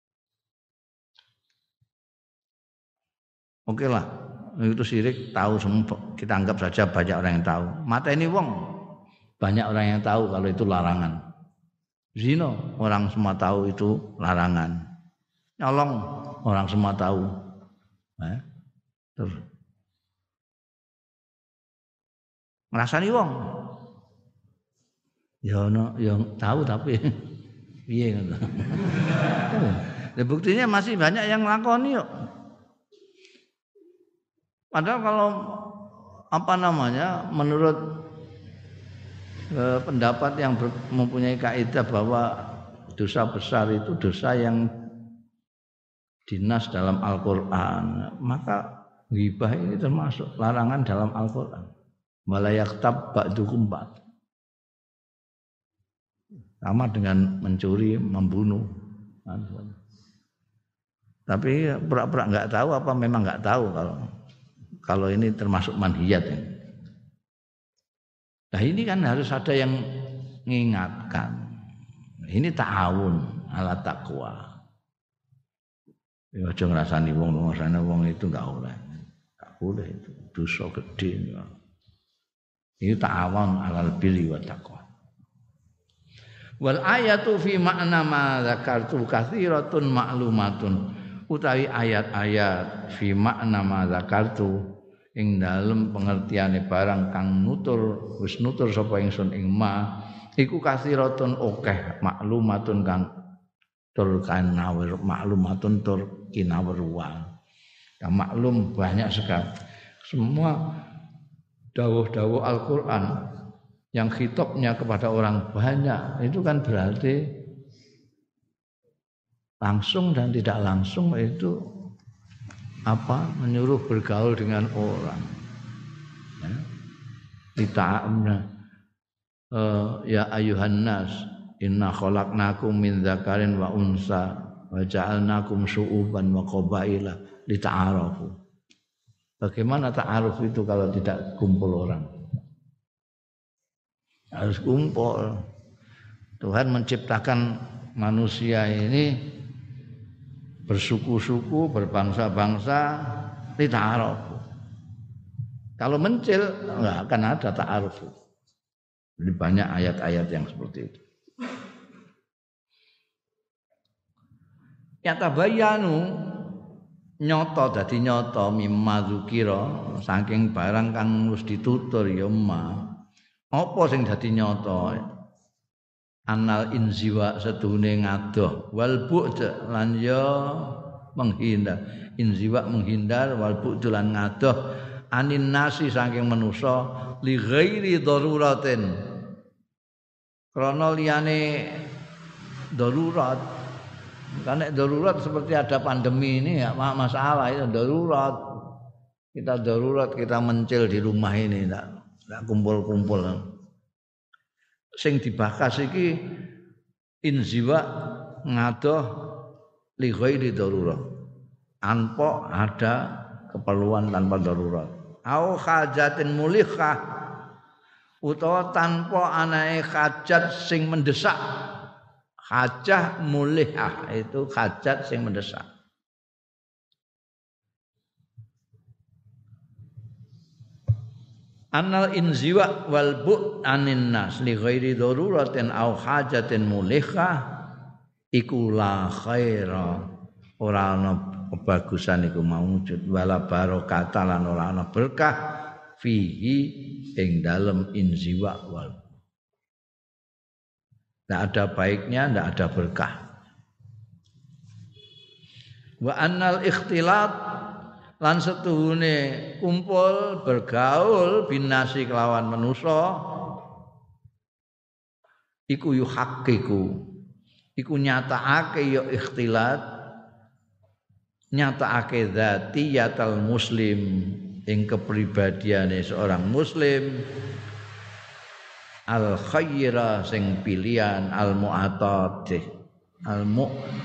Oke lah, itu syirik tahu semua, kita anggap saja banyak orang yang tahu. Mata ini wong, banyak orang yang tahu kalau itu larangan. Zina, orang semua tahu itu larangan. Nyolong, orang semua tahu. Terus ngrasani wong. Ya ono yang tahu tapi piye ngono. Ya buktinya masih banyak yang nglakoni kok. Padahal kalau menurut pendapat yang mempunyai kaidah bahwa dosa besar itu dosa yang dinas dalam Al-Qur'an, maka ghibah ini termasuk larangan dalam Al-Qur'an. Malayaktab ba'dukum ba'd. Sama dengan mencuri, membunuh. Tapi pura-pura enggak tahu apa memang enggak tahu kalau ini termasuk manhiyat ini. Nah ini kan harus ada yang mengingatkan. Ini ta'awun ala taqwa. Ya aja ngrasani wong itu enggak boleh. Enggak boleh itu dosa gede. Itu ta'awun alal birri wa taqwa. Wal ayatu fi makna ma dzakartu katsiratun ma'lumatun. Utawi ayat-ayat fi makna ma dzakartu ing dalem pengertiane barang kang wis nutur sapa ingsun ing ma iku katsiratun akeh maklumatun kang tur kanawir maklumatun tur kinawruan. Ya maklum banyak sekali. Semua dawuh-dawuh Al-Qur'an yang khitabnya kepada orang banyak itu kan berarti langsung dan tidak langsung itu menyuruh bergaul dengan orang. Ya. Dita'amna ya ayuhan nas inna khalaqnakum min dzakarin wa unsa wa ja'alnakum syu'uban wa qabaila lita'arafu. Bagaimana ta'aruf itu kalau tidak kumpul orang? Harus kumpul. Tuhan menciptakan manusia ini bersuku-suku, berbangsa-bangsa, lita'arafu. Kalau mencil enggak akan ada ta'aruf. Jadi banyak ayat-ayat yang seperti itu. Yatabayanu nyoto dadi nyoto mimma dzukira saking barang kang wis ditutur ya ma. Apa sing dadi nyoto? Anal inziwa seduhune ngadoh wal bu'd lan ya menghindar. Inziwa menghindar wal bu'd lan ngadoh anin nasi saking manusa li ghairi daruratin. Krana liyane darurat. Karena darurat seperti ada pandemi ini ya masalah itu darurat. Kita darurat kita mencil di rumah ini enggak kumpul-kumpul. Sing dibakas iki inziwa ngadoh li ghairi darurat. Tanpa ada keperluan tanpa darurat. Au hajatin mulikhah utawa tanpa anae hajat sing mendesak. Hajah mulihah itu hajat sing mendesak. Anal inziwa wal bu' anin nas li ghairi daruratin au hajatin mulihah iku la khaira ora ana kebagusan iku maujud wala barokah lan ora ana berkah fihi ing dalem inziwa wal tidak ada baiknya, tidak ada berkah. Wa annal ikhtilat lan setuhune kumpul bergaul binasi kelawan manusa iku yuhaqqiqu iku nyatakake ya ikhtilat nyatakake dzatiyatal muslim ing kepribadiane seorang muslim al khaira sing pilihan al mu'atati al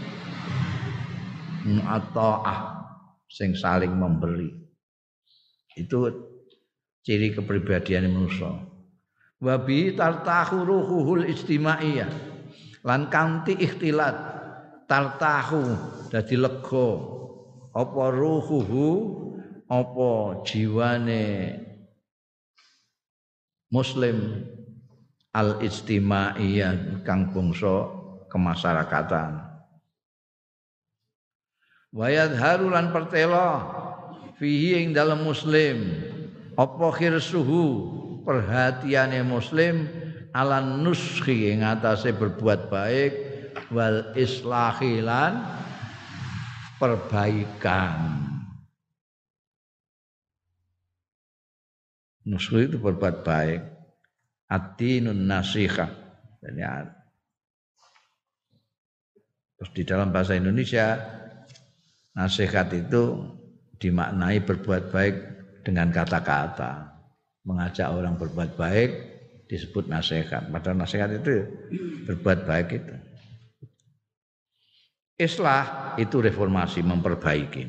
mu'ataah sing saling memberi Itu ciri kepribadian manusia. Wa bi tartahu ruhuhul istimaiyah. Lan kanthi ikhtilat tartahu dadi lega apa ruhuhu apa jiwane muslim al istimaiyah kang bangsa kemasyarakatan. Wa yadharu lan pertela fihi ing dalem muslim apa khirsuhu perhatiane muslim alan nuskhi ing atase berbuat baik wal islahi lan perbaikan. Nuskhi itu berbuat baik. Ad-dinun nasihah. Terus di dalam bahasa Indonesia nasihat itu dimaknai berbuat baik dengan kata-kata. Mengajak orang berbuat baik disebut nasihat. Padahal nasihat itu berbuat baik itu. Islah itu reformasi, memperbaiki.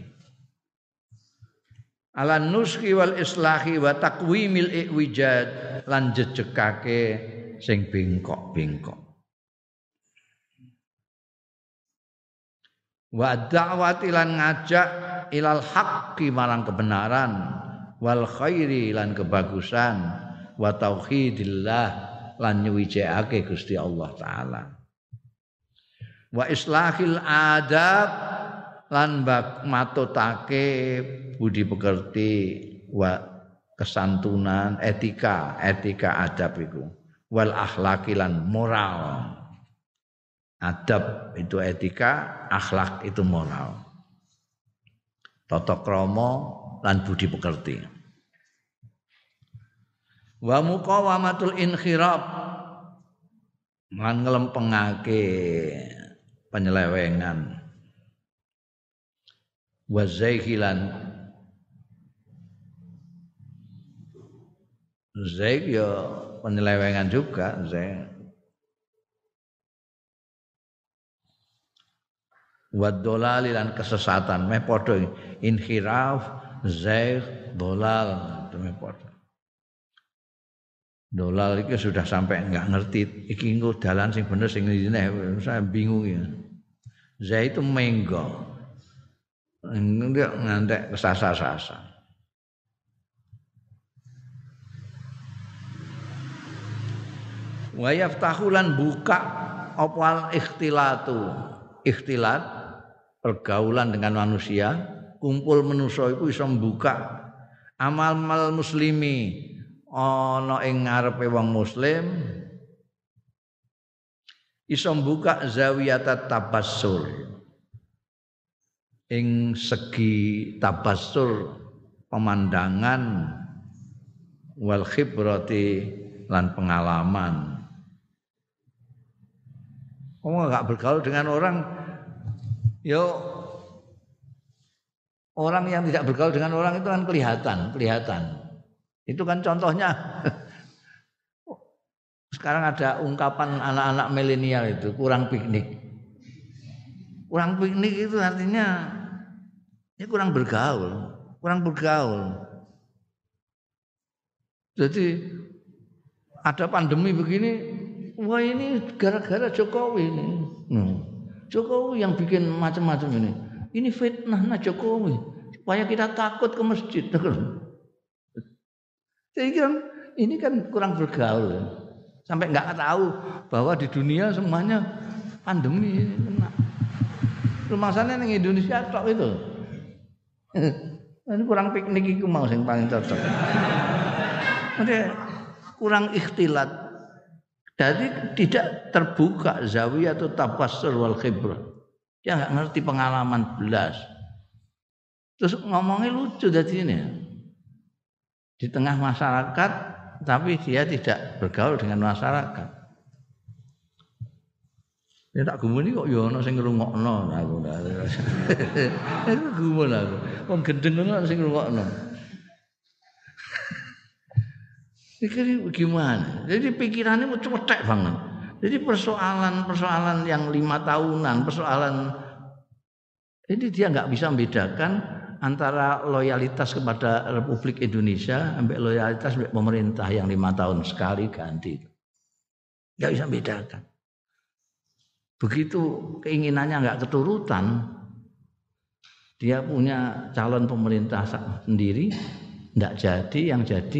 Alan nuski wal islahi wa takwimil iwijad lan jejekake sing bengkok-bengkok. Wa da'wati lan ngajak ilal haqqi marang kebenaran wal khairi lan kebagusan wa tauhidillah lan nyuwijake Gusti Allah taala wa islahil adab lan matutake budi pekerti wa kesantunan etika adab iku wal akhlaqi lan moral. Adab itu etika, akhlak itu moral. Tata krama lan budi pekerti. Wa muqawamatul inkhirab lan nglempengake penyelewengan. Wa zaihilan zaik ya penyelewengan juga zaik. Wa dolal lan kesesatan meh padha inhiraf zaik dolal meh padha. Dolal iki sudah sampai enggak ngerti iki engko dalan sing bener sing ngene saya bingung ya. Zaid itu menggo. Ndak ngantek kesasar-sasar. Wa yaftahu lan buka opal ikhtilatu. Ikhtilat pergaulan dengan manusia, kumpul manusia iku iso membuka amal-amal muslimi ana ing ngarepe wong muslim iso mbuka zawiyat tabassur ing segi tabassur pemandangan wal khibrati lan pengalaman. Kamu enggak bergaul dengan orang orang yang tidak bergaul dengan orang itu kan kelihatan. Itu kan contohnya sekarang ada ungkapan anak-anak milenial itu kurang piknik. Kurang piknik itu artinya ini kurang bergaul. Jadi ada pandemi begini, wah ini gara-gara Jokowi ini. Jokowi yang bikin macam-macam ini. Ini fitnah Jokowi supaya kita takut ke masjid. Jadi kan ini kan kurang bergaul. Sampai enggak tahu bahwa di dunia semuanya pandemi kena. Rumangsane ning Indonesia tok itu. Ini kurang piknik iku mau sing paling cocok. Nanti kurang ikhtilat. Jadi tidak terbuka zawiyah atau tabassur wal khibrah. Dia enggak ngerti pengalaman belas. Terus ngomongnya lucu dari ini. Di tengah masyarakat tapi dia tidak bergaul dengan masyarakat. Ya tak gumuni kok ya ana sing ngrungokno aku. Aku gumun aku. Wong gendeng ana sing ngrungokno. Iki gimana? Jadi pikirannya cetek banget. Jadi persoalan yang 5 tahunan, persoalan ini dia enggak bisa membedakan antara loyalitas kepada Republik Indonesia sampai loyalitas sampai pemerintah yang 5 tahun sekali ganti. Nggak bisa bedakan. Begitu keinginannya nggak keturutan, dia punya calon pemerintah sendiri, nggak jadi, yang jadi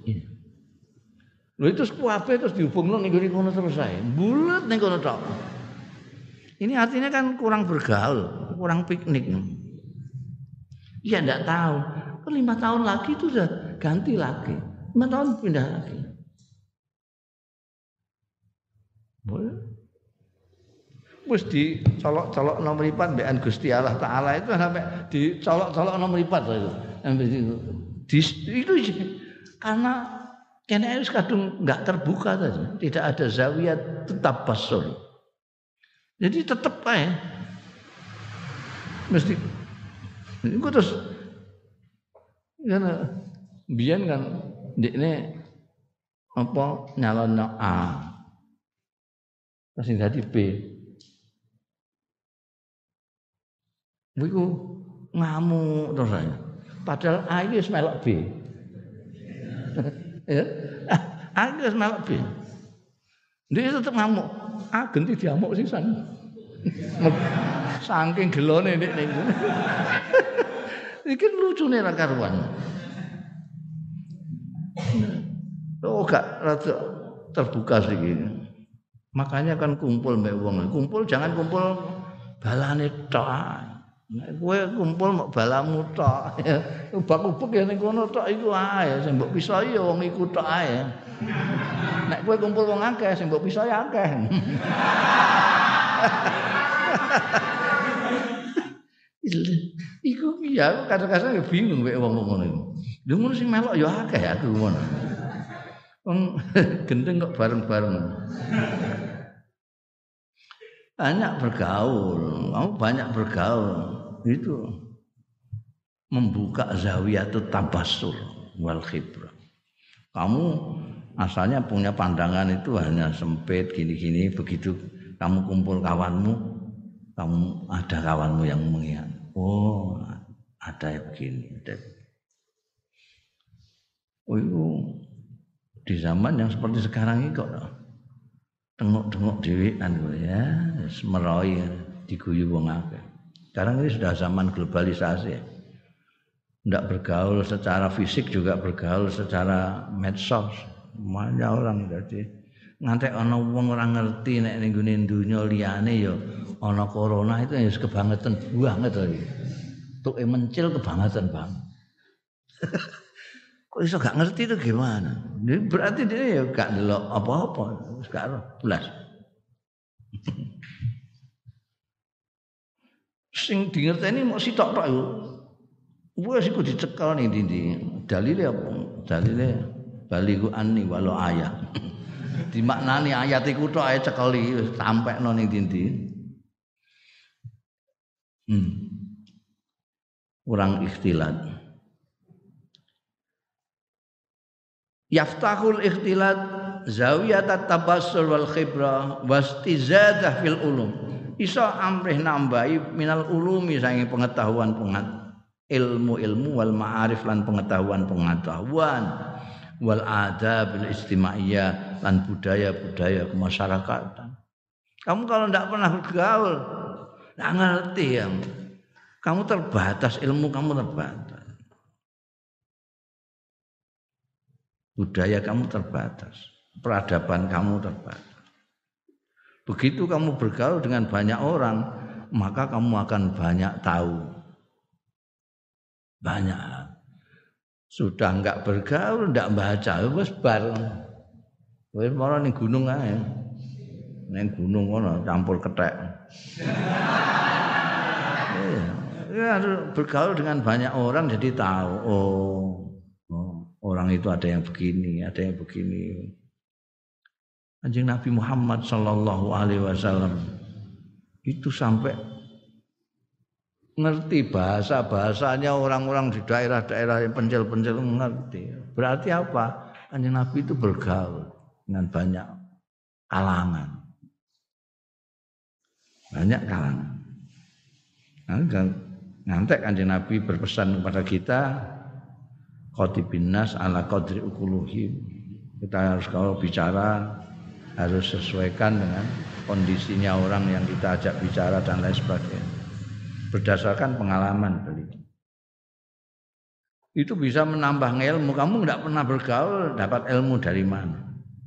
lho itu kuwabe terus dihubungno ning kono terus ae. Bulet ning kono tok. Ini artinya kan kurang bergaul, kurang piknik. Iya enggak tahu. Kan 5 tahun lagi itu sudah ganti lagi. 5 tahun pindah lagi. Boleh. Wis dicolok-colok nomor 4 mbekan Gusti Allah Taala itu sampai dicolok-colok nomor 4 itu. Sampai itu karena kene wis kadung enggak terbuka saja, tidak ada zawiyah tetap basur. Jadi tetap aja mesti itu terus kan biyen kan ndekne apa nyalon A terus dadi B. Iku ngamuk terus aja. Padahal A iki wis melok B. Ya. A iki wis melok B. Dia tetep ngamuk. A genti diamuk sisan. Saking gelone nek niku. Iki lucune ra karuan. Oh gak rada terbuka sih. Makanya kan kumpul mbek wong. Kumpul jangan kumpul balane tok. Nek kowe kumpul mok balamu tok. Ubak-ubek ya ning kono tok iku ae. Sing mbok pisoi ya wong iku tok ae. Nek kowe kumpul wong akeh sing mbok pisoi akeh. Iku ya kadang-kadang ya bingung mek wong ngono iku. Lha ngono sing melok ya akeh aku ngono. Wong gendeng kok bareng-bareng. Banyak bergaul, kamu banyak bergaul itu membuka zawiyatut tabassur wal khibrah. Kamu asalnya punya pandangan itu hanya sempit gini-gini, begitu kamu kumpul kawanmu, kamu ada kawanmu yang mengingat. Oh, ada yang begini. Oh, itu di zaman yang seperti sekarang ini kok tengok-tengok dhewean ya, semeroi diguyu wong akeh. Sekarang ini sudah zaman globalisasi. Tidak bergaul secara fisik juga bergaul secara medsos. Banyak orang jadi ngantek ana wong ora ngerti nek ning gone donya liyane ya ana corona itu ya kebangetan banget to iki. Tuke mencil kebangetan banget. Kok iso gak ngerti itu gimana? Berarti dia ya gak ndelok apa-apa, wis gak ero blas. Sing dingerteni mok sitok tok iku. Wes iku dicekel ning ndi-ndi. Dalile apa? Dalile baliku anni walau ayat. Dimaknani ayat iku tok ae cekeli wis tampekno ning ndi-ndi. Kurang ikhtilat. Yaftahul ikhtilat zawiyat at-tabassur wal khibrah wastizadah fil ulum. Iso amrih nambahi minal ulumi saking pengetahuan ilmu-ilmu wal ma'arif lan pengetahuan wal adabil istimaiyah lan budaya-budaya kemasyarakatan. Kamu kalau tidak pernah bergaul, tidak ngerti ya. Kamu terbatas, ilmu kamu terbatas. Budaya kamu terbatas, peradaban kamu terbatas. Begitu kamu bergaul dengan banyak orang, maka kamu akan banyak tahu. Banyak. Sudah enggak bergaul, enggak baca, wis bar. Wis mara ning gunung ae. Ning gunung kono campur kethek. Ya, bergaul dengan banyak orang jadi tahu. Oh, orang itu ada yang begini, ada yang begini. Kanjeng Nabi Muhammad sallallahu alaihi wasallam itu sampai ngerti bahasa-bahasanya orang-orang di daerah-daerah yang pencil-pencil ngerti. Berarti apa? Kanjeng Nabi itu bergaul dengan banyak kalangan. Banyak kalangan. Ngantek Kanjeng Nabi berpesan kepada kita khatibin nas ala qadri ukuluhim. Kita harus kalau bicara harus sesuaikan dengan kondisinya orang yang kita ajak bicara dan lain sebagainya. Berdasarkan pengalaman beliau. Itu bisa menambah ilmu. Kamu tidak pernah bergaul, dapat ilmu dari mana?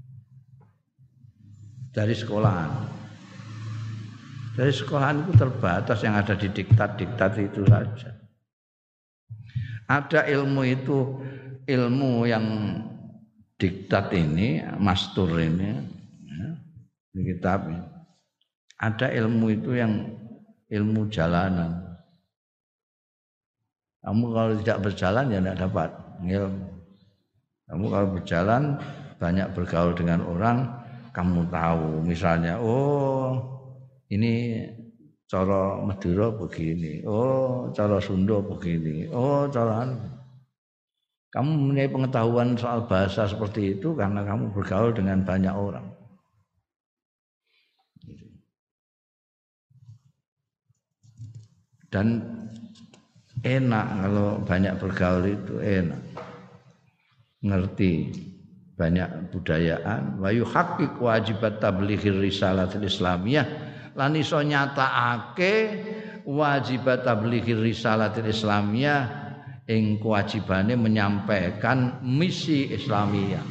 Dari sekolahan. Dari sekolahan itu terbatas yang ada di diktat-diktat itu saja. Ada ilmu itu, ilmu yang diktat ini, mastur ini, ya, di kitab ini. Ada ilmu itu yang ilmu jalanan. Kamu kalau tidak berjalan ya tidak dapat ilmu. Kamu kalau berjalan banyak bergaul dengan orang, kamu tahu misalnya, oh ini cara Madura begini, oh cara Sunda begini, oh cara kamu mempunyai pengetahuan soal bahasa seperti itu karena kamu bergaul dengan banyak orang. Dan enak kalau banyak bergaul itu enak. Ngerti banyak budayaan wa yuhaqqiq wajibat tablighir risalatil islamiyah lan iso nyatakake wajibat tablighir risalatil islamiyah ing kewajibane menyampaikan misi Islamiyah.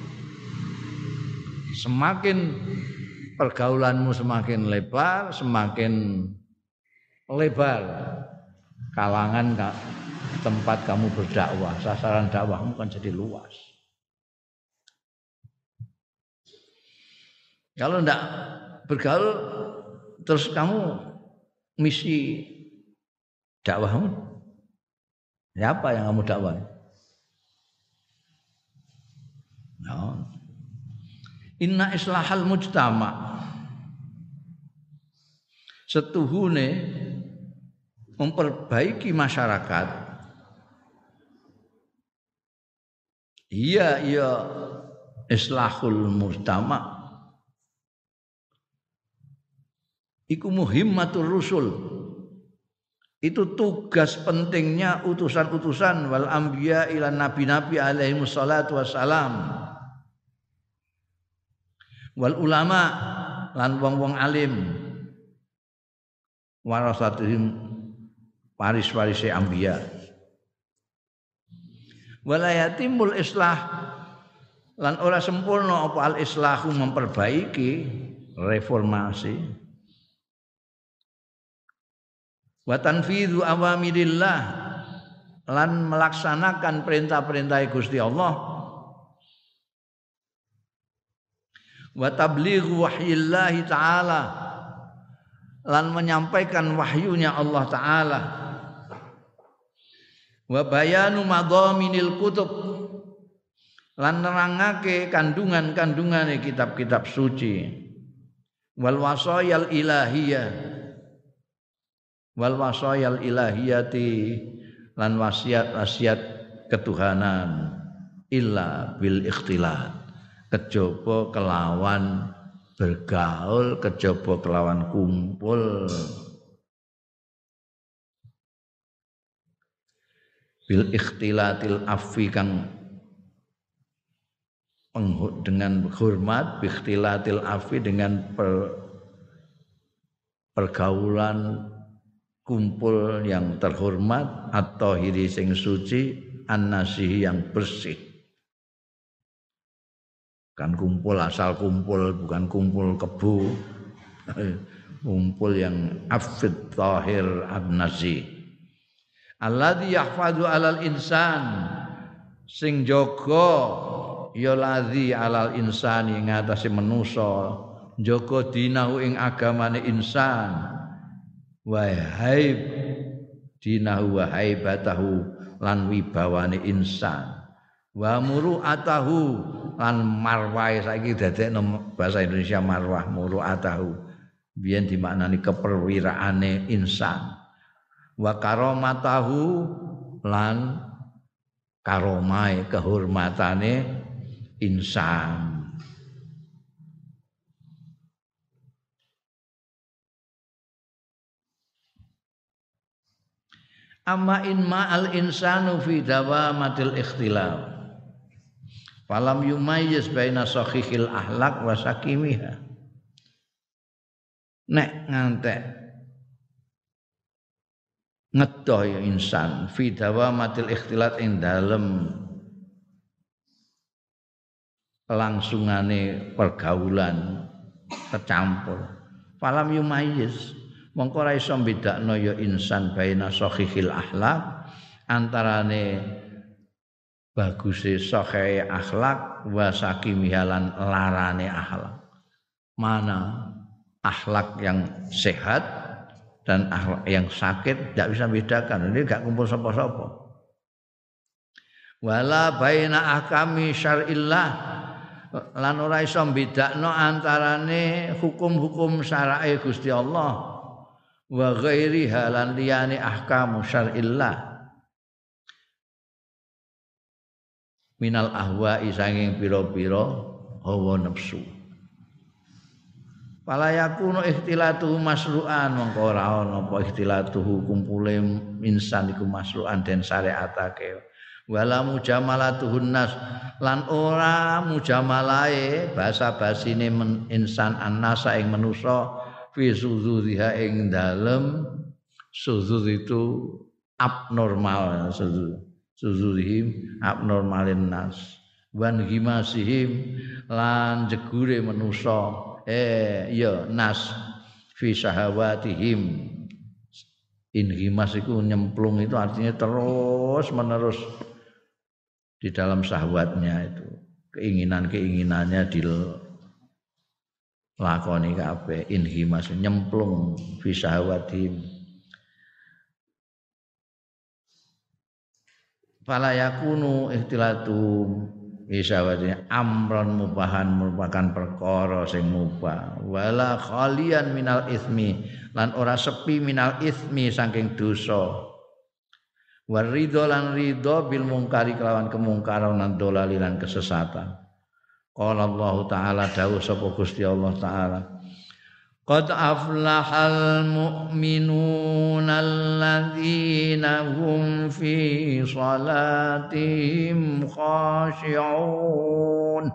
Semakin pergaulanmu semakin lebar, semakin lebar kalangan tempat kamu berdakwah, sasaran dakwahmu kan jadi luas. Kalau enggak bergaul terus kamu misi dakwahmu, siapa yang kamu dakwah? No. Inna islahal mujtama setuhune memperbaiki masyarakat. Iya islahul mujtama iku muhimmatur rusul. Itu tugas pentingnya utusan-utusan wal anbiya ila nabi-nabi alaihi wassalatu wassalam. Wal ulama lan wong-wong alim warasatihim waris-warise anbiya. Walayatimul islah lan ora sempurna apa al islahu memperbaiki reformasi wa tanfidzu awamirillah lan melaksanakan perintah-perintah Gusti Allah wa tablighu wahyillahi ta'ala lan menyampaikan wahyunya Allah Ta'ala wa bayanu madhaminil kutub lan nerangake kandungan-kandungane kitab-kitab suci wal wasayal ilahiyah wal wasayal ilahiyati lan wasiat-wasiat ketuhanan illa bil ikhtilat kejaba kelawan bergaul, kejaba kelawan kumpul bil ikhtilatil afwi kang dengan hormat bil ikhtilatil afwi dengan pergaulan kumpul yang terhormat atau hiri sing suci an-nasihi yang bersih. Bukan kumpul asal kumpul, bukan kumpul kebu, kumpul yang afid tahir an-nasi. Alladzi yahfadzu 'alal insan sing jaga ya ladzi 'alal insani ngatasi manusa jaga dinahu ing agamane insan wa haib dinahu wa haibatahu lan wibawane insan wa muru'atahu lan marwah saiki dadekno bahasa Indonesia marwah muru'atahu biyen dimaknani keperwiraane insan wa karomatahu lan karomahe kehormatane insan amma in ma'al insanu fi dawamatil ikhtilaf falam yumayyiz baina sahihil akhlaq wa sakimiha nek ngantek ngedoh ya insan fi dawamatil ikhtilat ing dalem langsungane pergaulan kecampur falam yumayyiz mongko ora iso bedakno ya insan baina sahihil akhlaq antarane baguse sahih akhlak wa sakimihalan larane akhlak mana akhlak yang sehat dan akhlak yang sakit tidak bisa bedakan ini gak kumpul sapa-sapa wala baina ahkami syar'illah lan ora iso bedakno antarane hukum-hukum syara'i Gusti Allah wa ghairiha lan liyane ahkamu syar'illah minal ahwa'i sanging pira-pira hawa nafsu fala yakunu ikhtilatuhu masru'an mongko ora ana apa ikhtilatuhu kumpule insan iku masru'an den syariatake wala mujamalatuhun nas lan ora mujamalae basa-basine insan annasa ing manusa fi suzuriha ing dalem suzur itu abnormal suzurihim abnormalin nas wan himasihim lan jegure manusa ya nas fi syahawatihim inhimas iku nyemplung itu artinya terus menerus di dalam syahwatnya itu keinginannya dilakoni kabeh inhimas nyemplung fi syahawatihim fala yakunu ikhtilatu isawatnya amron mubahan merupakan perkara sing mubah wala khalian minal ismi lan ora sepi minal ismi saking dosa waridho lan ridho bil mungkari kelawan kemungkaran lan dolali lan kesesatan qala Allah taala dawuh sapa Gusti Allah taala qad aflahal mu'minuna alladzina hum fi salatihim khashi'un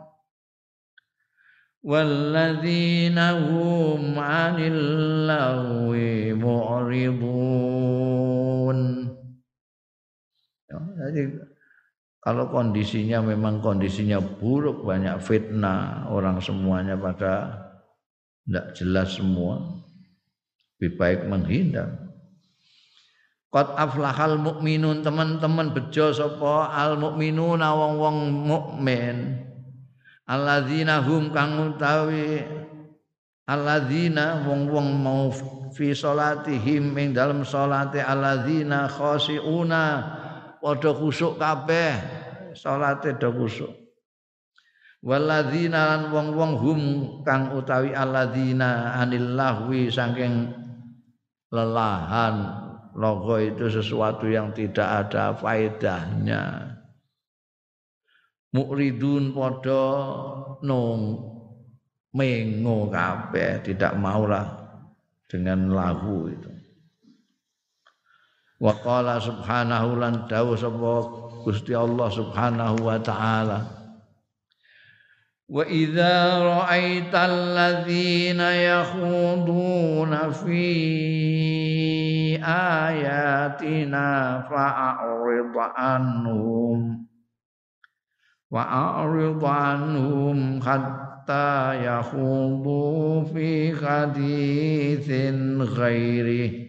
walladzina hum 'anil lagwi mu'ridun. Jadi kalau kondisinya memang kondisinya buruk banyak fitnah orang semuanya pada tidak jelas semua lebih baik menghindar. Qad aflahal mukminun teman-teman bejo sapa al mukminuna wong-wong mukmin alladzina hum kang utawi alladzina wong-wong mau fi salatihim ing dalam salate alladzina khashiuna padha khusuk kabeh salate do khusuk walladzina lan wong-wong hum kang utawi alladzina anil lahwi saking lelahan logo itu sesuatu yang tidak ada faedahnya mu'ridun padha mengo kabeh tidak maulah dengan lahu itu wa qala subhanahu lan dawuh sapa Gusti Allah subhanahu wa ta'ala wa idza ra'aital ladzina yakhuduna fi ayatina fa'rid anhum hatta yakhudu fi haditsin ghairi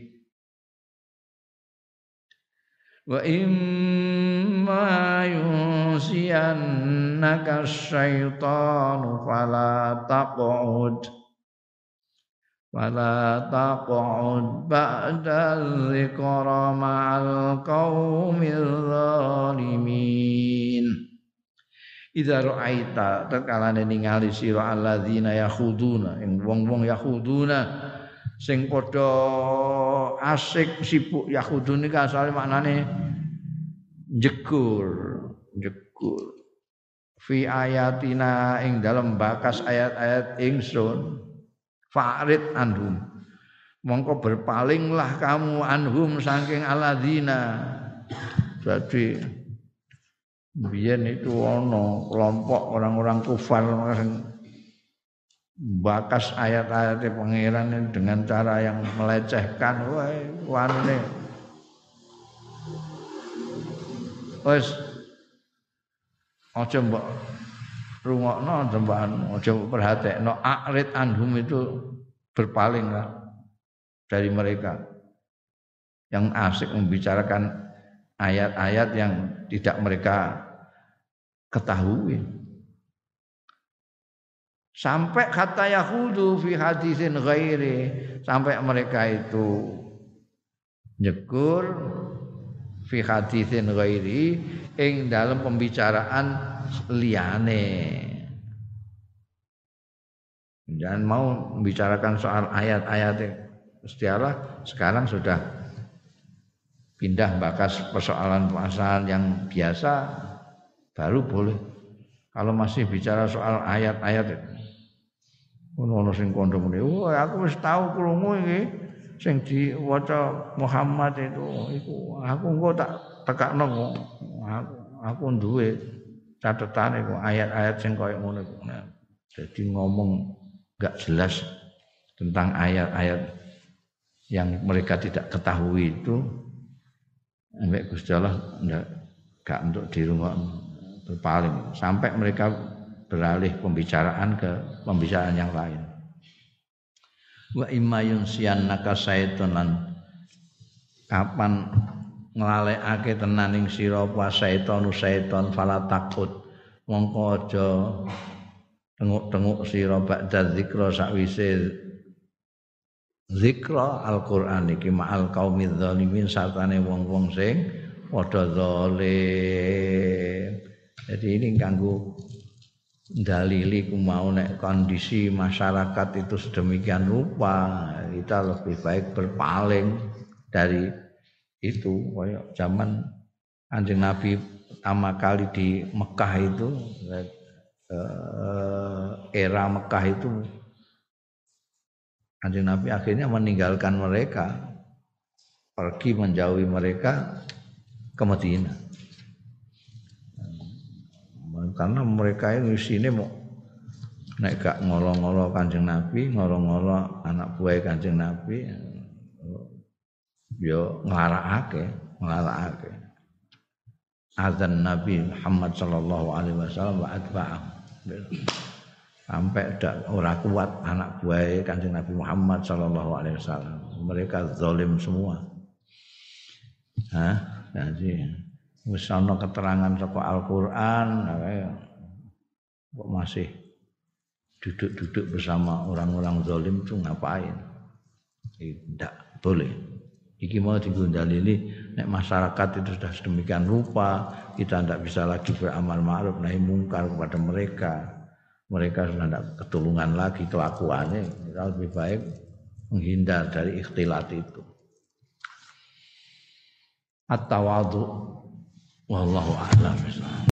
wa imma yunsiyannaka syaitanu fala taq'ud ba'da dzikra ma'al qaumil zalimin. Idza ra'aita takalane ningali sira alladzina yakhuduna ing wong-wong yakhuduna sing padha asik sibuk yakhudun iki asale maknane jegur fi ayatina ing dalem bakas ayat-ayat ingsun fa'rid anhum mongko berpalinglah kamu anhum saking alladzina. Jadi biyen itu ono kelompok orang-orang kufar yang bakas ayat-ayat pangeran dengan cara yang melecehkan. Wah, anune wis aja mbok rungokno tembakan, aja perhatekno, akrid anhum itu berpalinglah dari mereka yang asik membicarakan ayat-ayat yang tidak mereka ketahui. Sampai kata yahudu fi hadisin ghairi, sampai mereka itu nyekur fi hadisin ghairi ing dalam pembicaraan liyane. Jangan mau membicarakan soal ayat-ayat istilah sekarang sudah pindah bakas persoalan-persoalan yang biasa baru boleh. Kalau masih bicara soal ayat-ayat ono sing kondo muni, aku wis tau krungu iki sing diwaca Muhammad iku aku engko tak tekakno aku duwe catetane kok ayat-ayat sing koyo ngono iku. Jadi ngomong enggak jelas tentang ayat-ayat yang mereka tidak ketahui itu ambek Gusti Allah enggak untuk dirungokno, berpaling sampai mereka beralih pembicaraan ke pembicaraan yang lain. Wa imma yunsiyannaka syaitonan, kapan nglalekake tenan ing sira apa syaitonu syaiton fala takut, mongko aja tenguk-tenguk sira ba'da zikra sakwise zikra Al-Qur'an iki ma'al qaumidz zalimin sartane wong-wong sing padha zalim. Jadi ini ganggu dalili ku mau nek kondisi masyarakat itu sedemikian rupa, kita lebih baik berpaling dari itu. Kayak zaman Kanjeng Nabi pertama kali di Mekah itu, era Mekah itu Kanjeng Nabi akhirnya meninggalkan mereka, pergi menjauhi mereka ke Madinah. Karena mereka ini sini mau nek gak ngolo-ngolo Kanjeng Nabi, ngolo-ngolo anak buah Kanjeng Nabi, yo nglarakake. Azan Nabi Muhammad sallallahu alaihi wasallam wa atba'ah. Sampai ora kuat anak buah Kanjeng Nabi Muhammad sallallahu alaihi wasallam. Mereka zalim semua. Jadi wis ana keterangan saka Al-Qur'an kok masih duduk-duduk bersama orang-orang zalim itu ngapain? Tidak boleh. Iki mau digundalili nek masyarakat itu sudah sedemikian rupa, kita tidak bisa lagi beramal ma'ruf nahi mungkar kepada mereka. Mereka sudah tidak ketulungan lagi kelakuannya. Kita lebih baik menghindar dari ikhtilat itu. At-tawadhu wallahu a'lam.